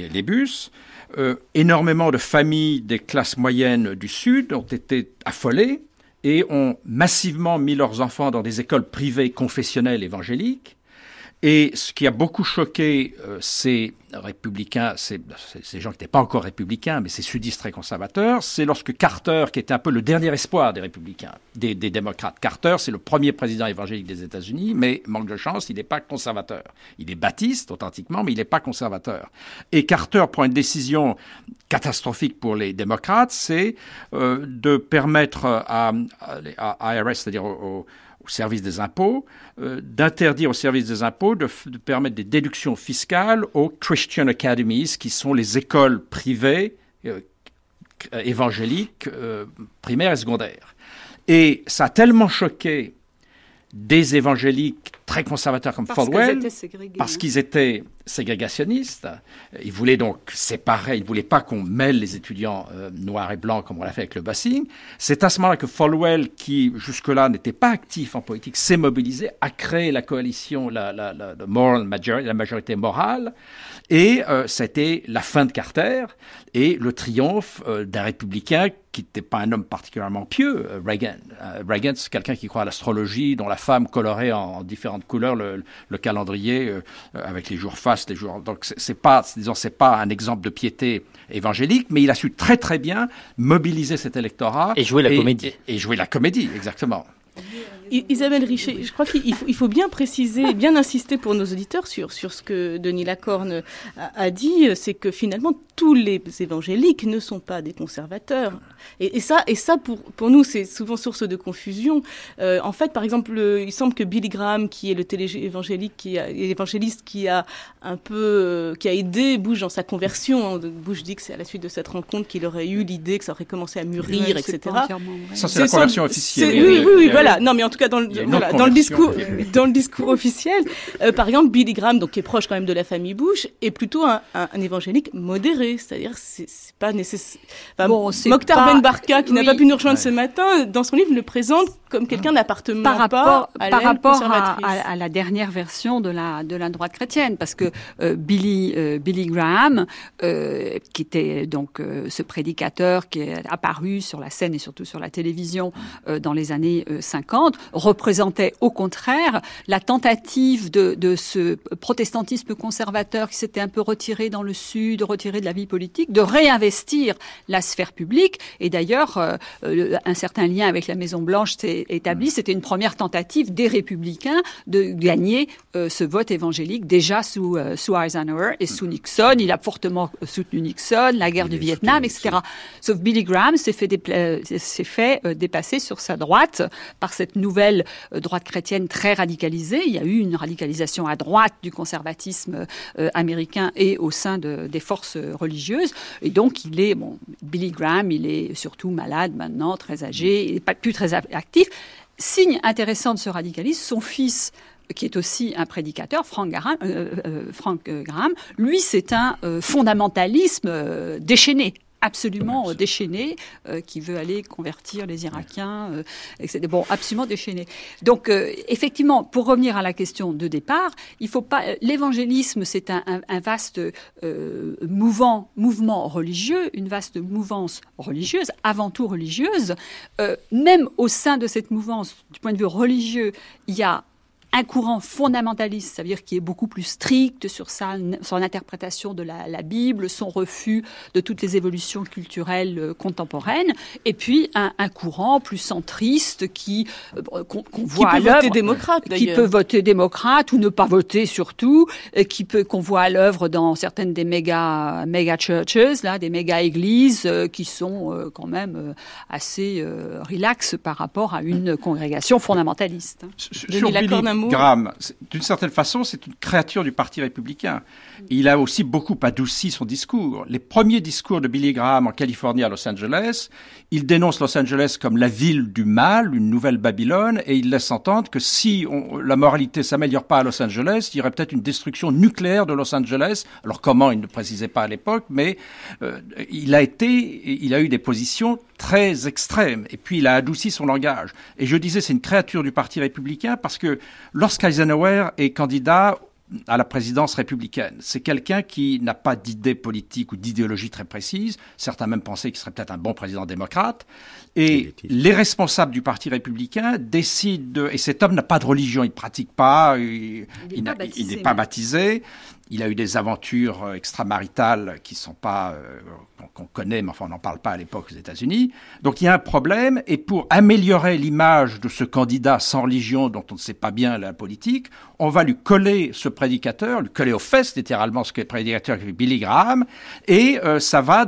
énormément de familles des classes moyennes du Sud ont été affolées et ont massivement mis leurs enfants dans des écoles privées confessionnelles évangéliques. Et ce qui a beaucoup choqué ces républicains, ces gens qui n'étaient pas encore républicains, mais ces sudistes très conservateurs, c'est lorsque Carter, qui était un peu le dernier espoir des républicains, des démocrates. Carter, c'est le premier président évangélique des États-Unis, mais manque de chance, il n'est pas conservateur. Il est baptiste, authentiquement, mais il n'est pas conservateur. Et Carter prend une décision catastrophique pour les démocrates, c'est de permettre à IRS, c'est-à-dire au service des impôts, d'interdire au service des impôts de permettre des déductions fiscales aux Christian Academies, qui sont les écoles privées évangéliques primaires et secondaires. Et ça a tellement choqué des évangéliques très conservateurs comme Falwell, parce qu'ils étaient ségrégationnistes. Ils voulaient donc séparer, ils ne voulaient pas qu'on mêle les étudiants noirs et blancs comme on l'a fait avec le busing. C'est à ce moment-là que Falwell, qui jusque-là n'était pas actif en politique, s'est mobilisé, a créé la coalition, la moral majority, la majorité morale, et c'était la fin de Carter et le triomphe d'un républicain qui n'était pas un homme particulièrement pieux, Reagan. Reagan, c'est quelqu'un qui croit à l'astrologie, dont la femme colorait en différentes couleurs le calendrier avec les jours fastes, les jours. Donc c'est pas un exemple de piété évangélique, mais il a su très très bien mobiliser cet électorat et jouer la comédie. Et jouer la comédie, exactement. Isabelle Richet, je crois qu'il faut bien préciser, bien insister pour nos auditeurs sur ce que Denis Lacorne a dit, c'est que finalement tous les évangéliques ne sont pas des conservateurs. Et ça pour nous, c'est souvent source de confusion. En fait, par exemple, il semble que Billy Graham, qui est le évangéliste qui a aidé Bush dans sa conversion, Bush dit que c'est à la suite de cette rencontre qu'il aurait eu l'idée que ça aurait commencé à mûrir, etc. Ça, c'est la conversion officielle. Oui, voilà. Non, mais en tout cas, dans le discours officiel, par exemple, Billy Graham, donc qui est proche quand même de la famille Bush, est plutôt un évangélique modéré, c'est-à-dire c'est pas nécessaire. Mokhtar Ben Barka, qui n'a pas pu nous rejoindre ce matin, dans son livre le présente comme quelqu'un n'appartenant pas par rapport à la dernière version de la droite chrétienne, parce que Billy Graham, qui était donc ce prédicateur qui est apparu sur la scène et surtout sur la télévision dans les années 50, représentait au contraire la tentative de ce protestantisme conservateur qui s'était un peu retiré dans le Sud, retiré de la vie politique, de réinvestir la sphère publique. Et d'ailleurs, un certain lien avec la Maison-Blanche s'est établi. C'était une première tentative des républicains de gagner ce vote évangélique déjà sous Eisenhower et sous Nixon. Il a fortement soutenu Nixon, la guerre du Vietnam, etc. Sauf Billy Graham s'est fait dépasser sur sa droite par cette nouvelle droite chrétienne très radicalisée. Il y a eu une radicalisation à droite du conservatisme américain et au sein des forces religieuses. Et donc, Billy Graham, il est surtout malade maintenant, très âgé, il n'est pas plus très actif. Signe intéressant de ce radicalisme, son fils, qui est aussi un prédicateur, Frank Graham, lui, c'est un fondamentalisme déchaîné. Absolument déchaîné, qui veut aller convertir les Irakiens, etc. Bon, absolument déchaîné. Donc, effectivement, pour revenir à la question de départ, il faut pas. L'évangélisme, c'est un vaste mouvement religieux, une vaste mouvance religieuse, avant tout religieuse. Même au sein de cette mouvance, du point de vue religieux, il y a un courant fondamentaliste, ça veut dire qui est beaucoup plus strict sur son interprétation de la Bible, son refus de toutes les évolutions culturelles contemporaines, et puis un courant plus centriste qu'on voit à l'œuvre, qui peut voter démocrate ou ne pas voter surtout, qu'on voit à l'œuvre dans certaines des méga churches, là, des méga églises qui sont quand même assez relax par rapport à une congrégation fondamentaliste. Sur Billy Graham, d'une certaine façon, c'est une créature du Parti républicain. Il a aussi beaucoup adouci son discours. Les premiers discours de Billy Graham en Californie à Los Angeles, il dénonce Los Angeles comme la ville du mal, une nouvelle Babylone, et il laisse entendre que si la moralité s'améliore pas à Los Angeles, il y aurait peut-être une destruction nucléaire de Los Angeles. Alors comment, il ne précisait pas à l'époque, mais il a eu des positions très extrêmes. Et puis il a adouci son langage. Et je disais, c'est une créature du Parti républicain parce que lorsqu'Eisenhower est candidat à la présidence républicaine, c'est quelqu'un qui n'a pas d'idée politique ou d'idéologie très précise. Certains même pensaient qu'il serait peut-être un bon président démocrate. Et les responsables du Parti républicain décident et cet homme n'a pas de religion, il ne pratique pas, il n'est pas baptisé. Il a eu des aventures extramaritales qui sont pas qu'on connaît, mais enfin on n'en parle pas à l'époque aux États-Unis. Donc il y a un problème, et pour améliorer l'image de ce candidat sans religion dont on ne sait pas bien la politique, on va lui coller ce prédicateur, lui coller aux fesses littéralement ce qu'est le prédicateur Billy Graham, et ça va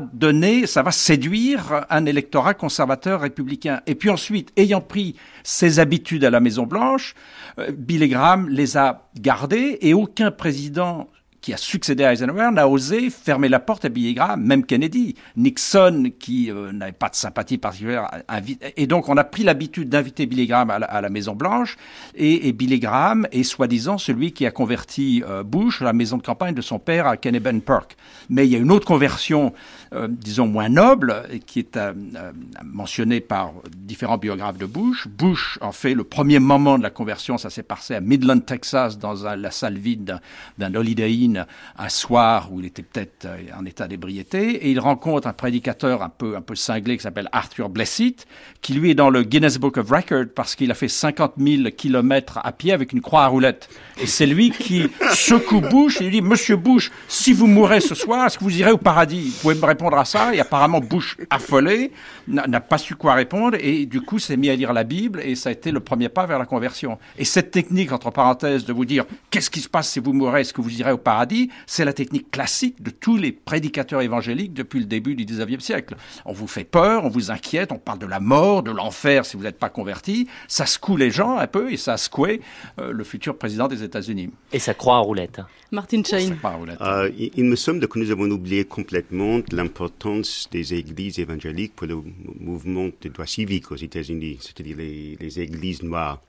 séduire un électorat conservateur républicain. Et puis ensuite, ayant pris ses habitudes à la Maison-Blanche, Billy Graham les a gardées, et aucun président qui a succédé à Eisenhower n'a osé fermer la porte à Billy Graham, même Kennedy. Nixon, qui n'avait pas de sympathie particulière, et donc on a pris l'habitude d'inviter Billy Graham à la Maison-Blanche, et Billy Graham est soi-disant celui qui a converti Bush, la maison de campagne de son père, à Kennebec Park. Mais il y a une autre conversion, disons moins noble, qui est mentionnée par différents biographes de Bush. Bush, en fait, le premier moment de la conversion, ça s'est passé à Midland, Texas, dans la salle vide d'un Holiday Inn, un soir où il était peut-être en état d'ébriété, et il rencontre un prédicateur un peu cinglé qui s'appelle Arthur Blessitt, qui lui est dans le Guinness Book of Records parce qu'il a fait 50 000 kilomètres à pied avec une croix à roulettes. Et c'est lui qui secoue Bush et lui dit « Monsieur Bush, si vous mourrez ce soir, est-ce que vous irez au paradis ? Vous pouvez me répondre à ça ?» Et apparemment Bush, affolé, n'a pas su quoi répondre, et du coup s'est mis à lire la Bible, et ça a été le premier pas vers la conversion. Et cette technique, entre parenthèses, de vous dire « Qu'est-ce qui se passe si vous mourrez ? Est-ce que vous irez au paradis ?» c'est la technique classique de tous les prédicateurs évangéliques depuis le début du 19e siècle. On vous fait peur, on vous inquiète, on parle de la mort, de l'enfer si vous n'êtes pas converti. Ça secoue les gens un peu, et ça a secoué le futur président des États-Unis. Et ça croit à roulette. Martin Chain. Il me semble que nous avons oublié complètement l'importance des églises évangéliques pour le mouvement de droit civique aux États-Unis, c'est-à-dire les églises noires.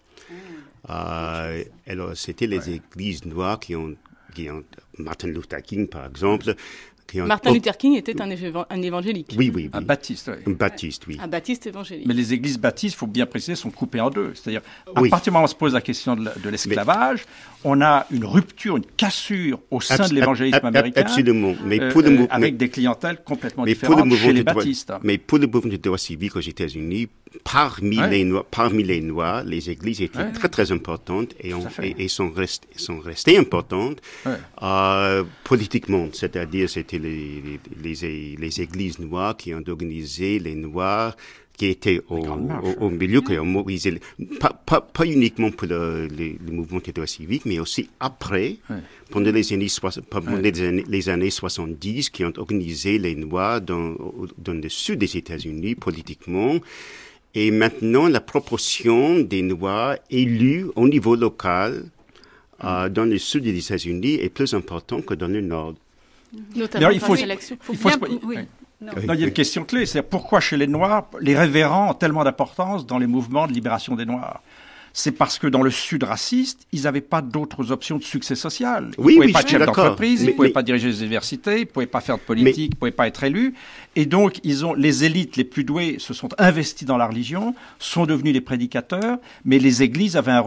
Alors, c'était les églises noires qui ont Martin Luther King, par exemple. Martin Luther King était un évangélique. Oui. Un baptiste, oui. Un baptiste, oui. Un baptiste évangélique. Mais les églises baptistes, il faut bien préciser, sont coupées en deux. C'est-à-dire, à partir du moment où on se pose la question de l'esclavage, on a une rupture, une cassure au sein de l'évangélisme américain. Absolument. Avec des clientèles complètement différentes chez les baptistes. Mais pour le mouvement de droit civique aux États-Unis, parmi les Noirs, les églises étaient très, très importantes et sont restées importantes politiquement. C'est-à-dire, c'était les églises noires qui ont organisé les Noirs qui étaient au milieu, qui ont mobilisé, pas uniquement pour le mouvement de droit civique, mais aussi après, pendant les années 70, qui ont organisé les Noirs dans le sud des États-Unis politiquement. Et maintenant, la proportion des Noirs élus au niveau local dans le sud des États-Unis est plus importante que dans le nord. Notamment il y a une question clé, c'est pourquoi chez les Noirs, les révérends ont tellement d'importance dans les mouvements de libération des Noirs. C'est parce que dans le sud raciste, ils n'avaient pas d'autres options de succès social. Ils ne pouvaient pas être chef d'entreprise, ils ne pouvaient pas diriger les universités, ils ne pouvaient pas faire de politique, ils ne pouvaient pas être élus. Et donc, les élites les plus douées se sont investies dans la religion, sont devenus des prédicateurs, mais les églises avaient un rôle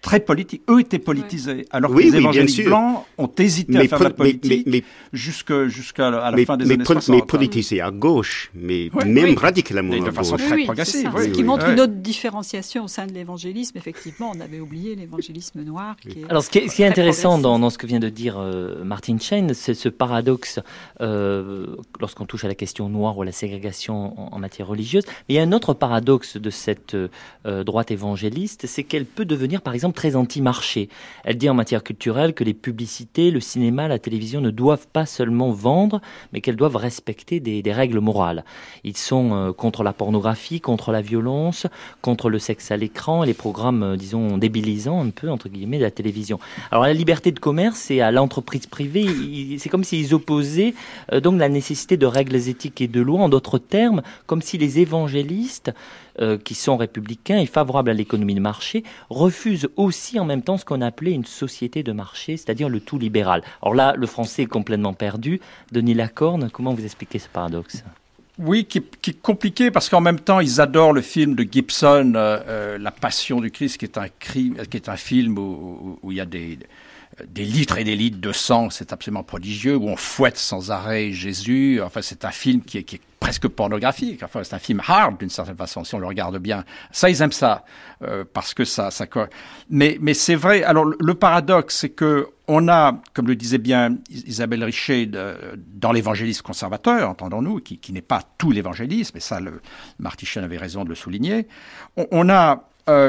très politique. Eux étaient politisés, alors que les évangéliques blancs ont hésité à faire de la politique jusqu'à la fin des années 60. Mais politisés à gauche, mais même radicalement à gauche. De façon très progressive. Ce qui montre une autre différenciation au sein de l'évangélisme. Effectivement, on avait oublié l'évangélisme noir. Alors, ce qui est intéressant dans ce que vient de dire Martin Sheen, c'est ce paradoxe lorsqu'on touche à la question noire ou à la ségrégation en matière religieuse. Mais il y a un autre paradoxe de cette droite évangéliste, c'est qu'elle peut devenir, par exemple, très anti-marché. Elle dit en matière culturelle que les publicités, le cinéma, la télévision ne doivent pas seulement vendre, mais qu'elles doivent respecter des règles morales. Ils sont contre la pornographie, contre la violence, contre le sexe à l'écran et les programmes, disons, débilisants un peu, entre guillemets, de la télévision. Alors, à la liberté de commerce et à l'entreprise privée, c'est comme s'ils opposaient donc la nécessité de règles éthiques et de lois. En d'autres termes, comme si les évangélistes, qui sont républicains et favorables à l'économie de marché, refusent aussi en même temps ce qu'on appelait une société de marché, c'est-à-dire le tout libéral. Alors là, le français est complètement perdu. Denis Lacorne, comment vous expliquez ce paradoxe ? Oui, qui est compliqué parce qu'en même temps, ils adorent le film de Gibson, La Passion du Christ, qui est un film où il y a des litres et des litres de sang, c'est absolument prodigieux, où on fouette sans arrêt Jésus. Enfin, c'est un film qui est presque pornographique. Enfin, c'est un film hard d'une certaine façon, si on le regarde bien. Ça, ils aiment ça, parce que ça. Mais c'est vrai. Alors, le paradoxe, c'est que on a, comme le disait bien Isabelle Richet, dans l'évangélisme conservateur, entendons-nous, qui n'est pas tout l'évangélisme, et ça, Martin Sheen avait raison de le souligner. On a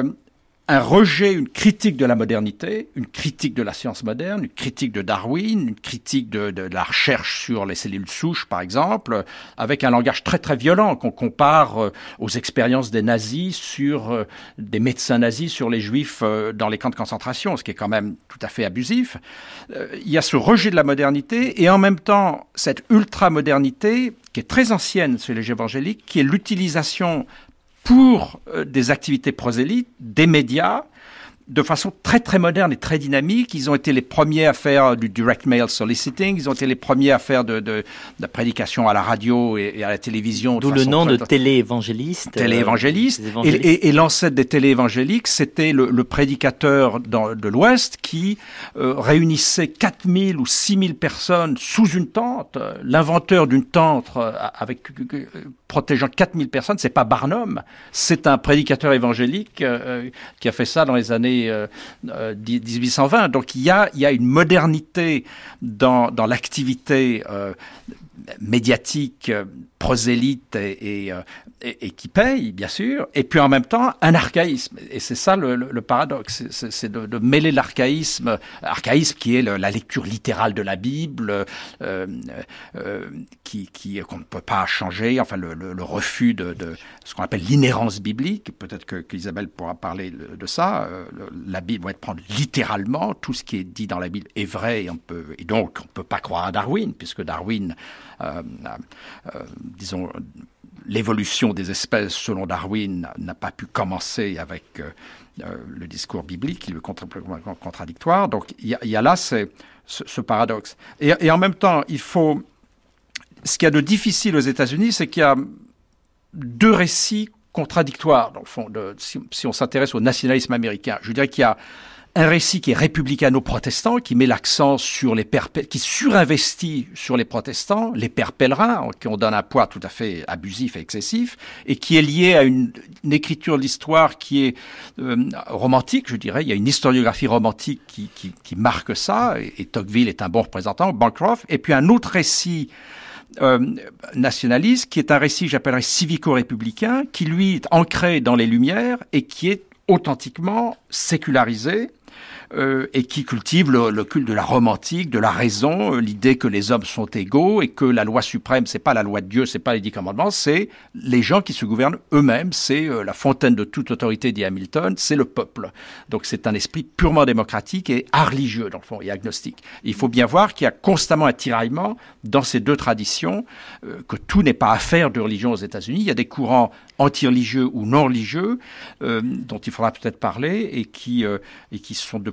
un rejet, une critique de la modernité, une critique de la science moderne, une critique de Darwin, une critique de la recherche sur les cellules souches, par exemple, avec un langage très très violent qu'on compare aux expériences des nazis sur des médecins nazis sur les juifs dans les camps de concentration, ce qui est quand même tout à fait abusif. Il y a ce rejet de la modernité et en même temps cette ultra-modernité qui est très ancienne chez les évangéliques, qui est l'utilisation pour des activités prosélytes, des médias, de façon très très moderne et très dynamique. Ils ont été les premiers à faire du direct mail soliciting, ils ont été les premiers à faire de la prédication à la radio et à la télévision. D'où le nom de télé-évangéliste. Télé-évangéliste. Et l'ancêtre des télé-évangéliques, c'était le prédicateur de l'Ouest qui réunissait 4000 ou 6000 personnes sous une tente. L'inventeur d'une tente protégeant 4000 personnes, c'est pas Barnum, c'est un prédicateur évangélique qui a fait ça dans les années 1820. Donc il y a une modernité dans l'activité médiatique, prosélyte et qui paye, bien sûr, et puis en même temps un archaïsme. Et c'est ça le paradoxe, c'est de mêler l'archaïsme qui est la lecture littérale de la Bible, qu'on ne peut pas changer, enfin le refus de ce qu'on appelle l'inhérence biblique. Peut-être qu'Isabelle pourra parler de ça. La Bible doit être prendre littéralement, tout ce qui est dit dans la Bible est vrai, et donc on ne peut pas croire à Darwin, puisque Darwin, disons, l'évolution des espèces selon Darwin n'a pas pu commencer avec le discours biblique, qui lui est complètement contradictoire. Donc il y a là ce paradoxe. Et en même temps, ce qu'il y a de difficile aux États-Unis, c'est qu'il y a deux récits contradictoires, dans le fond, si on s'intéresse au nationalisme américain. Je dirais qu'il y a un récit qui est républicano-protestant, qui met l'accent sur qui surinvestit sur les protestants, les pères pèlerins, qui on donne un poids tout à fait abusif et excessif, et qui est lié à une écriture de l'histoire qui est romantique, je dirais. Il y a une historiographie romantique qui marque ça, et Tocqueville est un bon représentant, Bancroft. Et puis un autre récit nationaliste, qui est un récit, j'appellerais civico-républicain, qui lui est ancré dans les Lumières et qui est authentiquement sécularisé, et qui cultive le culte de la romantique, de la raison, l'idée que les hommes sont égaux et que la loi suprême, c'est pas la loi de Dieu, c'est pas les 10 commandements, c'est les gens qui se gouvernent eux-mêmes, c'est la fontaine de toute autorité, dit Hamilton, c'est le peuple. Donc c'est un esprit purement démocratique et religieux, dans le fond, et agnostique. Et il faut bien voir qu'il y a constamment un tiraillement dans ces deux traditions, que tout n'est pas affaire de religion aux États-Unis. Il y a des courants anti-religieux ou non religieux, dont il faudra peut-être parler, et qui sont de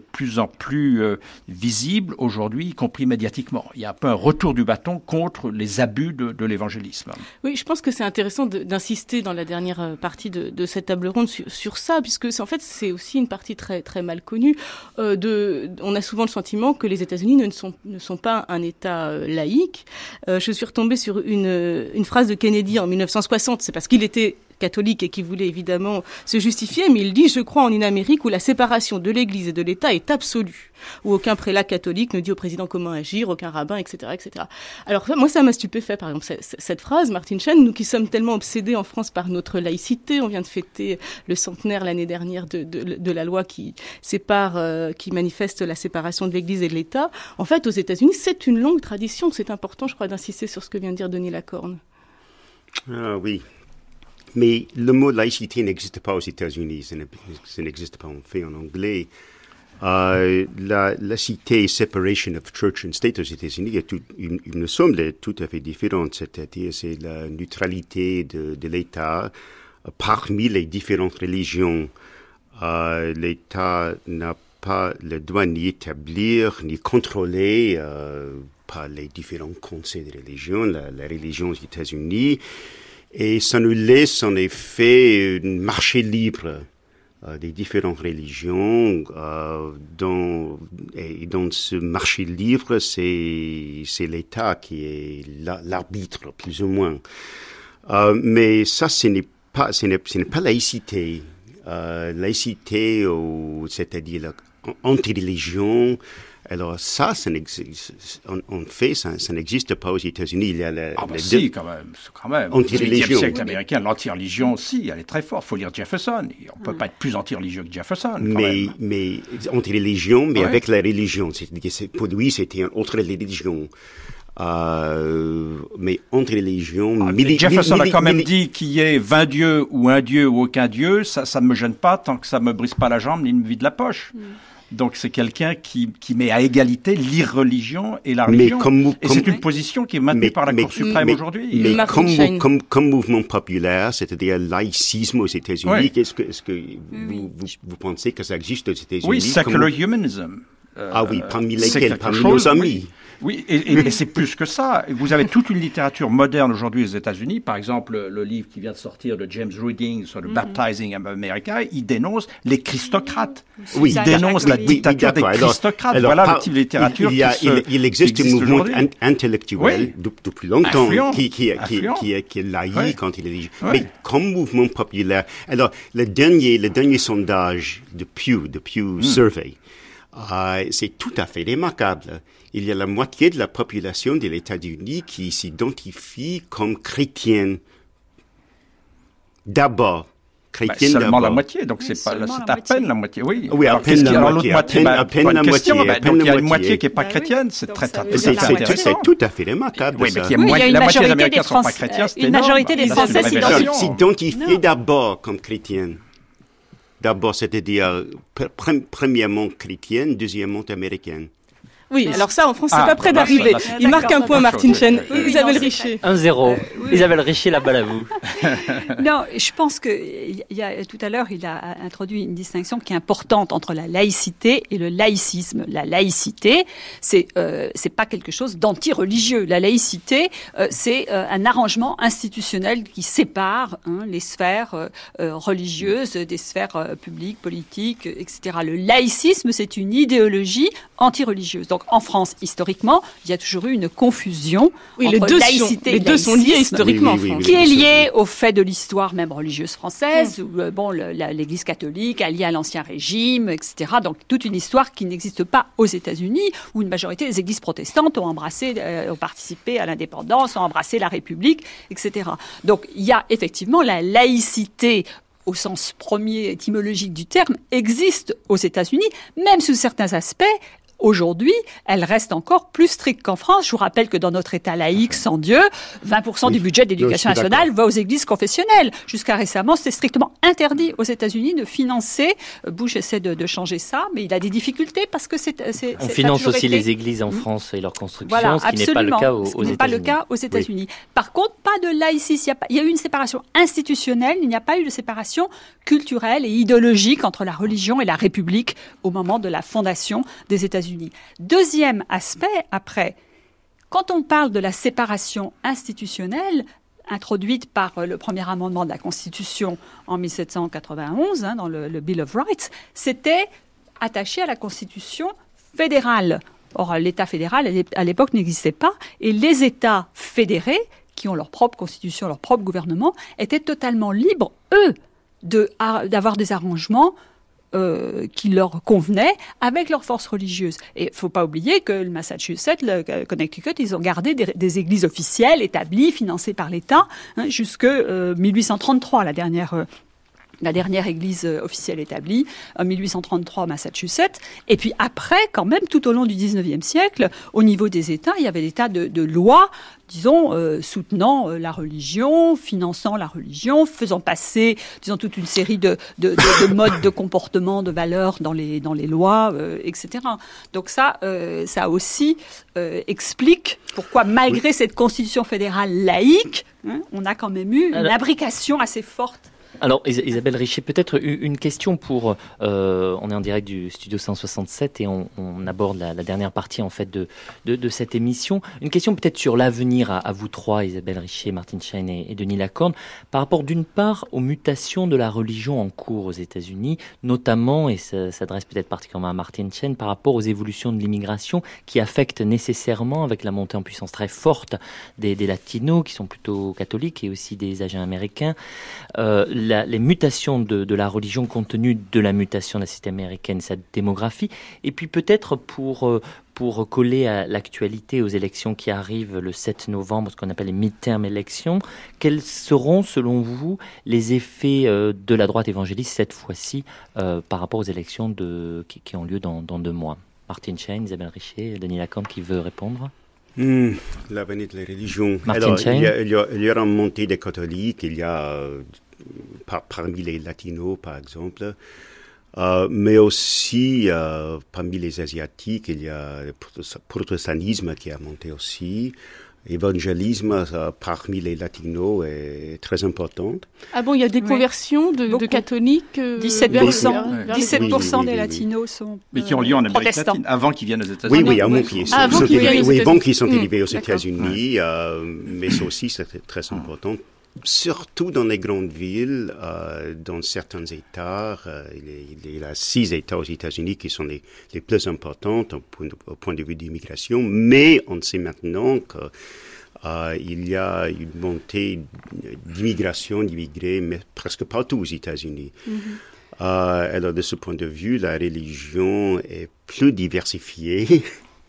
plus en plus visible aujourd'hui, y compris médiatiquement. Il y a un peu un retour du bâton contre les abus de l'évangélisme. Oui, je pense que c'est intéressant d'insister dans la dernière partie de cette table ronde sur ça, puisque c'est aussi une partie très, très mal connue. On a souvent le sentiment que les États-Unis ne sont pas un État laïque. Je suis retombée sur une phrase de Kennedy en 1960, c'est parce qu'il était catholique et qui voulait évidemment se justifier, mais il dit « Je crois en une Amérique où la séparation de l'Église et de l'État est absolue, où aucun prélat catholique ne dit au président comment agir, aucun rabbin, etc. etc. » Alors moi, ça m'a stupéfait, par exemple, cette phrase, Martin Chen, nous qui sommes tellement obsédés en France par notre laïcité, on vient de fêter le centenaire l'année dernière de la loi qui manifeste la séparation de l'Église et de l'État. En fait, aux États-Unis, c'est une longue tradition, c'est important, je crois, d'insister sur ce que vient de dire Denis Lacorne. Ah oui. Mais le mot laïcité n'existe pas aux États-Unis, ça n'existe pas en fait en anglais. La laïcité, separation of church and state aux États-Unis, il me semble tout à fait différente, c'est-à-dire c'est la neutralité de l'État parmi les différentes religions. L'État n'a pas le droit ni établir ni contrôler par les différents conseils de religion, la religion aux États-Unis. Et ça nous laisse en effet un marché libre des différentes religions. Dans ce marché libre, c'est l'État qui est l'arbitre, plus ou moins. Mais ça, ce n'est pas laïcité. Laïcité, c'est-à-dire anti-religion. Alors ça en fait, ça n'existe pas aux États-Unis. Il y a quand même. Au XVIIe siècle américain, l'anti-religion, si, elle est très forte. Il faut lire Jefferson. On ne peut pas être plus anti-religieux que Jefferson. Mais anti-religion, mais avec la religion. Pour lui, c'était une autre religion. Mais anti-religion... Jefferson a quand même dit qu'il y ait 20 dieux ou un dieu ou aucun dieu. Ça ne me gêne pas tant que ça ne me brise pas la jambe ni me vide la poche. Donc c'est quelqu'un qui met à égalité l'irreligion et la religion. Et c'est une position qui est maintenue par la Cour suprême aujourd'hui. Mais comme mouvement populaire, c'est-à-dire laïcisme aux États-Unis, est-ce que vous pensez que ça existe aux États-Unis? Oui, secular humanism. Parmi lesquels, parmi nos amis. Oui, et c'est plus que ça. Vous avez toute une littérature moderne aujourd'hui aux États-Unis. Par exemple, le livre qui vient de sortir de James Reading sur le Baptizing America, il dénonce les christocrates. Oui, il dénonce la dictature des christocrates. Voilà le type de littérature il existe un mouvement intellectuel depuis longtemps qui est laïque, anti-religieux. Mais comme mouvement populaire, alors le dernier sondage de Pew Survey, c'est tout à fait remarquable. Il y a la moitié de la population de l'États-Unis qui s'identifie comme chrétienne. D'abord. Chrétienne seulement d'abord. La moitié, donc c'est à peine la moitié, oui. Oui, à peine la moitié. Donc il y a une moitié qui n'est pas chrétienne, c'est très intéressant. C'est tout à fait remarquable. Oui, mais la moitié des Américains ne sont pas chrétiens, c'est énorme. Une majorité des Français s'identifient d'abord comme chrétienne. D'abord, c'est-à-dire, premièrement chrétienne, deuxièmement américaine. Oui, alors ça, en France, c'est pas près d'arriver. Il marque un point, Martin Chen. Isabelle Richer. 1-0. Isabelle Richer, la balle à vous. Non, je pense que tout à l'heure, il a introduit une distinction qui est importante entre la laïcité et le laïcisme. La laïcité, c'est pas quelque chose d'anti-religieux. La laïcité, c'est un arrangement institutionnel qui sépare les sphères religieuses des sphères publiques, politiques, etc. Le laïcisme, c'est une idéologie anti-religieuse. Donc, en France, historiquement, il y a toujours eu une confusion entre laïcité et laïcisme. Les deux sont liés historiquement en France. Qui est lié au fait de l'histoire même religieuse française, où l'Église catholique alliée à l'Ancien Régime, etc. Donc, toute une histoire qui n'existe pas aux États-Unis, où une majorité des églises protestantes ont participé à l'indépendance, ont embrassé la République, etc. Donc, il y a effectivement la laïcité au sens premier étymologique du terme, existe aux États-Unis, même sous certains aspects. aujourd'hui, elle reste encore plus stricte qu'en France. Je vous rappelle que dans notre État laïque, sans Dieu, 20% du budget de l'éducation nationale va aux églises confessionnelles. Jusqu'à récemment, c'était strictement interdit aux États-Unis de financer. Bush essaie de changer ça, mais il a des difficultés parce que on finance aussi les églises en France et leur construction, voilà, ce qui n'est pas le cas aux États-Unis. Pas le cas aux États-Unis. Oui. Par contre, pas de laïcisme. Il y a eu une séparation institutionnelle, il n'y a pas eu de séparation culturelle et idéologique entre la religion et la République au moment de la fondation des États-Unis. Deuxième aspect, après, quand on parle de la séparation institutionnelle, introduite par le premier amendement de la Constitution en 1791, dans le Bill of Rights, c'était attaché à la Constitution fédérale. Or, l'État fédéral, à l'époque, n'existait pas, et les États fédérés, qui ont leur propre constitution, leur propre gouvernement, étaient totalement libres, eux, d'avoir des arrangements qui leur convenaient avec leurs forces religieuses. Et il ne faut pas oublier que le Massachusetts, le Connecticut, ils ont gardé des églises officielles établies, financées par l'État, jusque 1833, la dernière église officielle établie, en 1833 au Massachusetts. Et puis après, quand même, tout au long du 19e siècle, au niveau des États, il y avait des tas de lois, disons, soutenant la religion, finançant la religion, faisant passer, disons, toute une série de modes de comportement, de valeurs dans les lois, etc. Donc ça aussi explique pourquoi, malgré cette constitution fédérale laïque, on a quand même eu une imbrication assez forte. Alors, Isabelle Richer, peut-être une question pour... on est en direct du Studio 167 et on aborde la dernière partie, en fait, de cette émission. Une question peut-être sur l'avenir à vous trois, Isabelle Richer, Martin Shine et Denis Lacorne, par rapport, d'une part, aux mutations de la religion en cours aux États-Unis, notamment, et ça s'adresse peut-être particulièrement à Martin Shine, par rapport aux évolutions de l'immigration qui affectent nécessairement, avec la montée en puissance très forte des latinos, qui sont plutôt catholiques, et aussi des agents américains, les mutations de la religion compte tenu de la mutation de la société américaine, sa démographie, et puis peut-être pour coller à l'actualité, aux élections qui arrivent le 7 novembre, ce qu'on appelle les midterm élections, quels seront selon vous les effets de la droite évangéliste cette fois-ci par rapport aux élections qui ont lieu dans 2 mois? Martin Shine, Isabelle Richer, Denis Lacorne qui veut répondre? L'avenir de la religion. Alors, il y aura une montée des catholiques, il y a parmi les latinos par exemple, mais aussi parmi les asiatiques, il y a le protestantisme qui a monté aussi. L'évangélisme parmi les latinos est très important. Ah bon, il y a des conversions de catholiques 17% des latinos sont mais qui ont lieu en Amérique latine, avant qu'ils viennent aux États-Unis. Oui, avant qu'ils sont élevés aux États-Unis, mais ça aussi c'est très important. Surtout dans les grandes villes, dans certains États, il y a 6 États aux États-Unis qui sont les plus importants au point de vue d'immigration, mais on sait maintenant qu'il y a une montée d'immigration, d'immigrés, mais presque partout aux États-Unis. Alors de ce point de vue, la religion est plus diversifiée.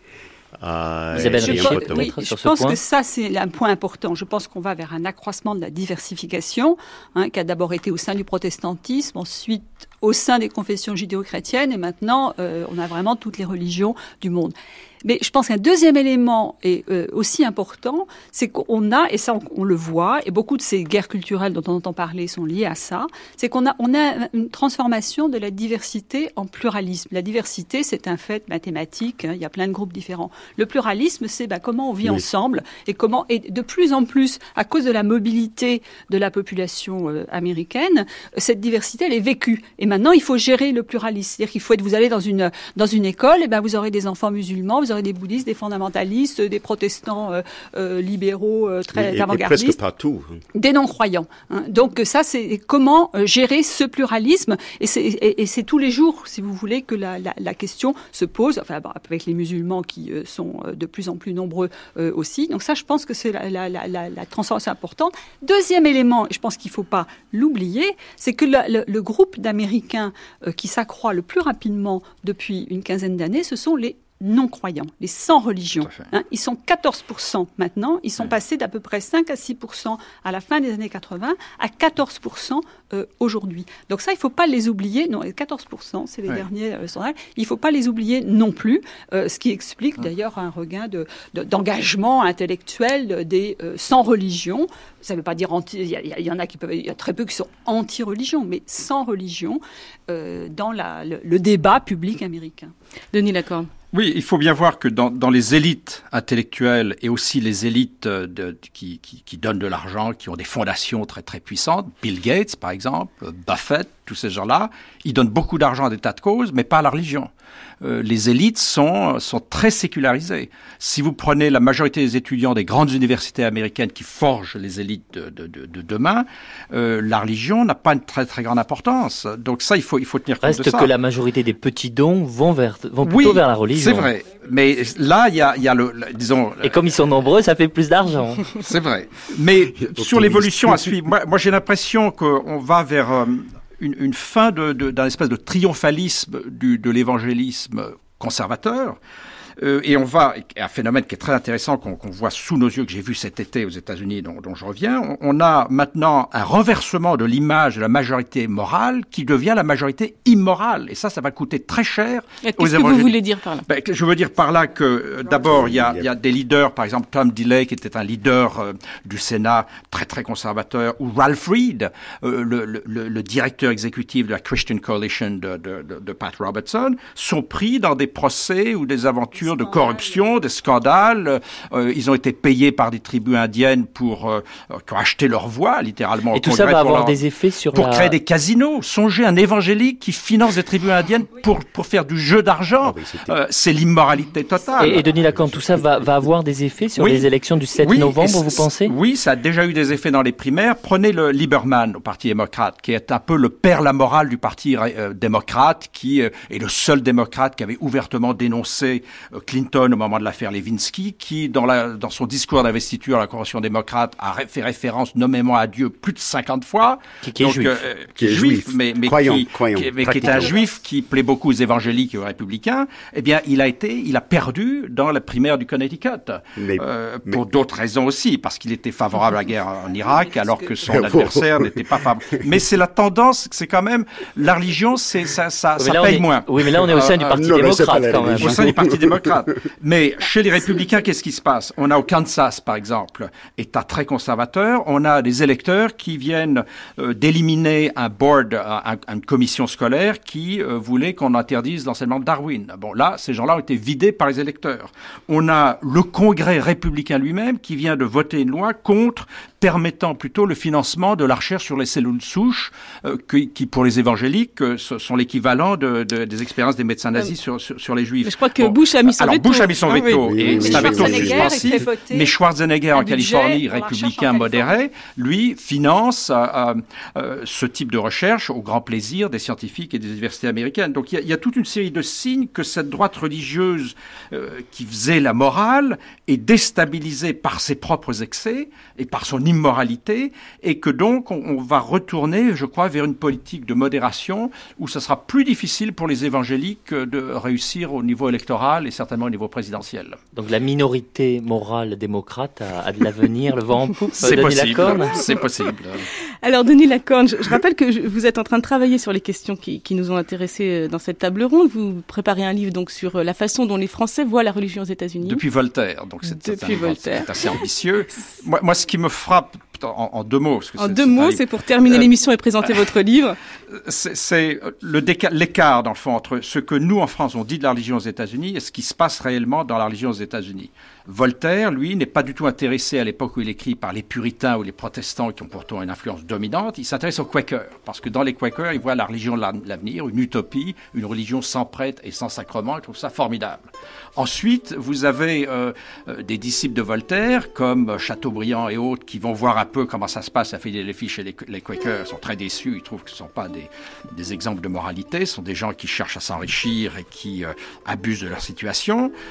Je pense que ça, c'est un point important. Je pense qu'on va vers un accroissement de la diversification, qui a d'abord été au sein du protestantisme, ensuite au sein des confessions judéo-chrétiennes, et maintenant, on a vraiment toutes les religions du monde. Mais je pense qu'un deuxième élément est aussi important, c'est qu'on a, et ça on le voit, et beaucoup de ces guerres culturelles dont on entend parler sont liées à ça, c'est qu'on a une transformation de la diversité en pluralisme. La diversité, c'est un fait mathématique, il y a plein de groupes différents. Le pluralisme, c'est comment on vit ensemble, et de plus en plus, à cause de la mobilité de la population américaine, cette diversité, elle est vécue. Et maintenant, il faut gérer le pluralisme. C'est-à-dire qu'il faut vous allez dans une école, et vous aurez des enfants musulmans, vous aurez des bouddhistes, des fondamentalistes, des protestants libéraux très avant-gardistes. Presque partout. Des non-croyants. Donc ça, c'est comment gérer ce pluralisme. Et c'est tous les jours, si vous voulez, que la question se pose, avec les musulmans qui sont de plus en plus nombreux aussi. Donc ça, je pense que c'est la transformation importante. Deuxième élément, et je pense qu'il ne faut pas l'oublier, c'est que le groupe d'Américains qui s'accroît le plus rapidement depuis une quinzaine d'années, ce sont les non-croyants, les sans religion. Ils sont 14% maintenant, ils sont passés d'à peu près 5 à 6% à la fin des années 80 à 14% aujourd'hui. Donc ça, il ne faut pas les oublier. Non, les 14%, c'est les derniers sondages. Il ne faut pas les oublier non plus, ce qui explique d'ailleurs un regain d'engagement intellectuel des sans religion. Ça ne veut pas dire il y a très peu qui sont anti-religion, mais sans religion dans le débat public américain. Denis Lacorne. Oui, il faut bien voir que dans les élites intellectuelles et aussi les élites qui donnent de l'argent, qui ont des fondations très très puissantes, Bill Gates par exemple, Buffett, tous ces gens-là, ils donnent beaucoup d'argent à des tas de causes, mais pas à la religion. Les élites sont très sécularisées. Si vous prenez la majorité des étudiants des grandes universités américaines qui forgent les élites de demain, la religion n'a pas une très très grande importance. Donc ça, il faut tenir compte de ça. Reste que la majorité des petits dons vont plutôt vers la religion. C'est vrai. Mais là, il y a disons. Et comme ils sont nombreux, ça fait plus d'argent. C'est vrai. Mais sur l'évolution à suivre, moi j'ai l'impression qu'on va vers une fin d'un espèce de triomphalisme de l'évangélisme conservateur. Et on va, un phénomène qui est très intéressant, qu'on voit sous nos yeux, que j'ai vu cet été aux États-Unis, dont je reviens, on a maintenant un renversement de l'image de la majorité morale qui devient la majorité immorale. Et ça va coûter très cher aux évangéliques. Qu'est-ce que vous voulez dire par là ? Je veux dire par là que, d'abord, il y a des leaders, par exemple Tom DeLay, qui était un leader du Sénat très très conservateur, ou Ralph Reed, le directeur exécutif de la Christian Coalition de Pat Robertson, sont pris dans des procès ou des aventures de corruption, des scandales. Ils ont été payés par des tribus indiennes pour acheter leur voix, littéralement. Et tout ça va avoir des effets pour créer des casinos. Songez un évangélique qui finance des tribus indiennes pour faire du jeu d'argent. C'est l'immoralité totale. Et Denis Lacorne, tout ça va avoir des effets sur les élections du 7 novembre, vous pensez ? Oui, ça a déjà eu des effets dans les primaires. Prenez le Lieberman au Parti démocrate, qui est un peu le père la morale du Parti démocrate, qui est le seul démocrate qui avait ouvertement dénoncé Clinton au moment de l'affaire Lewinsky, qui, dans son discours d'investiture à la Convention démocrate, a fait référence nommément à Dieu plus de 50 fois. Qui est juif. Qui est juif, mais croyant, qui est un juif qui plaît beaucoup aux évangéliques et aux républicains. Eh bien, il a perdu dans la primaire du Connecticut. Pour d'autres raisons aussi, parce qu'il était favorable à la guerre en Irak, alors que son adversaire n'était pas favorable. Mais c'est la tendance, c'est quand même, la religion, ça paye moins. Oui, mais là, on est au sein du Parti démocrate, quand même. Au sein du Parti démocrate. Mais chez les républicains, qu'est-ce qui se passe ? On a au Kansas, par exemple, État très conservateur, on a des électeurs qui viennent d'éliminer un board, une commission scolaire qui voulait qu'on interdise l'enseignement de Darwin. Bon, là, ces gens-là ont été vidés par les électeurs. On a le Congrès républicain lui-même qui vient de voter une loi permettant plutôt le financement de la recherche sur les cellules souches, qui pour les évangéliques sont l'équivalent des expériences des médecins nazis sur les juifs. Mais je crois que Bush a mis son veto. Bush a mis son veto, et c'est un veto suspensif. Mais Schwarzenegger en Californie, républicain modéré, lui finance ce type de recherche au grand plaisir des scientifiques et des universités américaines. Donc il y a toute une série de signes que cette droite religieuse qui faisait la morale est déstabilisée par ses propres excès et par son immoralité, et que donc on va retourner, je crois, vers une politique de modération où ça sera plus difficile pour les évangéliques de réussir au niveau électoral et certainement au niveau présidentiel. Donc la minorité morale démocrate a de l'avenir, le vent en poupe. C'est possible. C'est possible. Alors Denis Lacorne, je rappelle que vous êtes en train de travailler sur les questions qui nous ont intéressés dans cette table ronde. Vous préparez un livre donc sur la façon dont les Français voient la religion aux États-Unis. Depuis Voltaire, donc c'est assez ambitieux. Moi, ce qui me frappe en deux mots. C'est pour terminer l'émission et présenter votre livre. C'est l'écart, dans le fond, entre ce que nous, en France, on dit de la religion aux États-Unis et ce qui se passe réellement dans la religion aux États-Unis. Voltaire, lui, n'est pas du tout intéressé à l'époque où il écrit par les puritains ou les protestants qui ont pourtant une influence dominante. Il s'intéresse aux Quakers, parce que dans les Quakers, il voit la religion de l'avenir, une utopie, une religion sans prêtre et sans sacrement. Il trouve ça formidable. Ensuite, vous avez des disciples de Voltaire, comme Chateaubriand et autres, qui vont voir un peu comment ça se passe à Philadelphie chez les Quakers. Ils sont très déçus, ils trouvent que ce ne sont pas des exemples de moralité, ce sont des gens qui cherchent à s'enrichir et qui abusent de leur situation.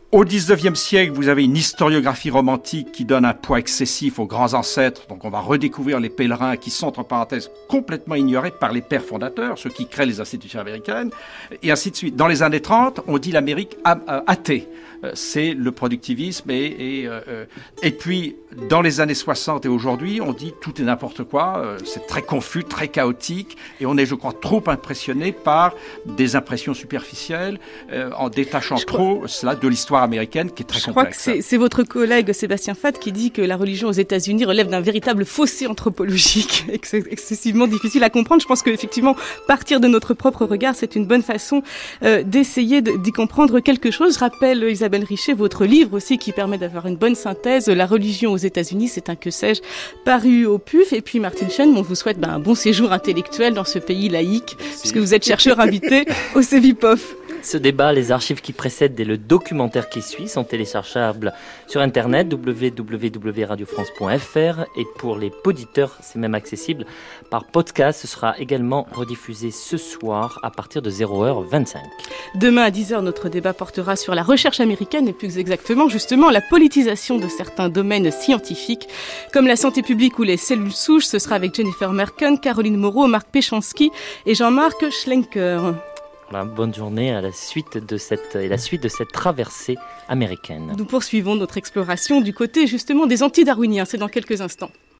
Au XIXe siècle, vous avez une historiographie romantique qui donne un poids excessif aux grands ancêtres. Donc on va redécouvrir les pèlerins qui sont, entre parenthèses, complètement ignorés par les pères fondateurs, ceux qui créent les institutions américaines, et ainsi de suite. Dans les années 30, on dit l'Amérique athée. C'est le productivisme. Et puis, dans les années 60 et aujourd'hui, on dit tout et n'importe quoi. C'est très confus, très chaotique. Et on est, je crois, trop impressionné par des impressions superficielles, en détachant trop cela de l'histoire américaine qui est très complexe. Je crois que c'est votre collègue Sébastien Fath qui dit que la religion aux États-Unis relève d'un véritable fossé anthropologique et que c'est excessivement difficile à comprendre. Je pense qu'effectivement, partir de notre propre regard, c'est une bonne façon d'essayer d'y comprendre quelque chose. Je rappelle, Isabelle Richet, votre livre aussi qui permet d'avoir une bonne synthèse, La religion aux États-Unis, c'est un que sais-je, paru au PUF. Et puis Martine Chen, on vous souhaite un bon séjour intellectuel dans ce pays laïque, puisque vous êtes chercheur invité au CEVIPOF. Ce débat, les archives qui précèdent et le documentaire qui suit sont téléchargeables sur internet www.radiofrance.fr et pour les poditeurs, c'est même accessible par podcast. Ce sera également rediffusé ce soir à partir de 0h25. Demain à 10h, notre débat portera sur la recherche américaine et plus exactement justement la politisation de certains domaines scientifiques comme la santé publique ou les cellules souches. Ce sera avec Jennifer Merken, Caroline Moreau, Marc Péchanski et Jean-Marc Schlenker. Bonne journée à la suite de cette traversée américaine. Nous poursuivons notre exploration du côté justement des anti-darwiniens. C'est dans quelques instants.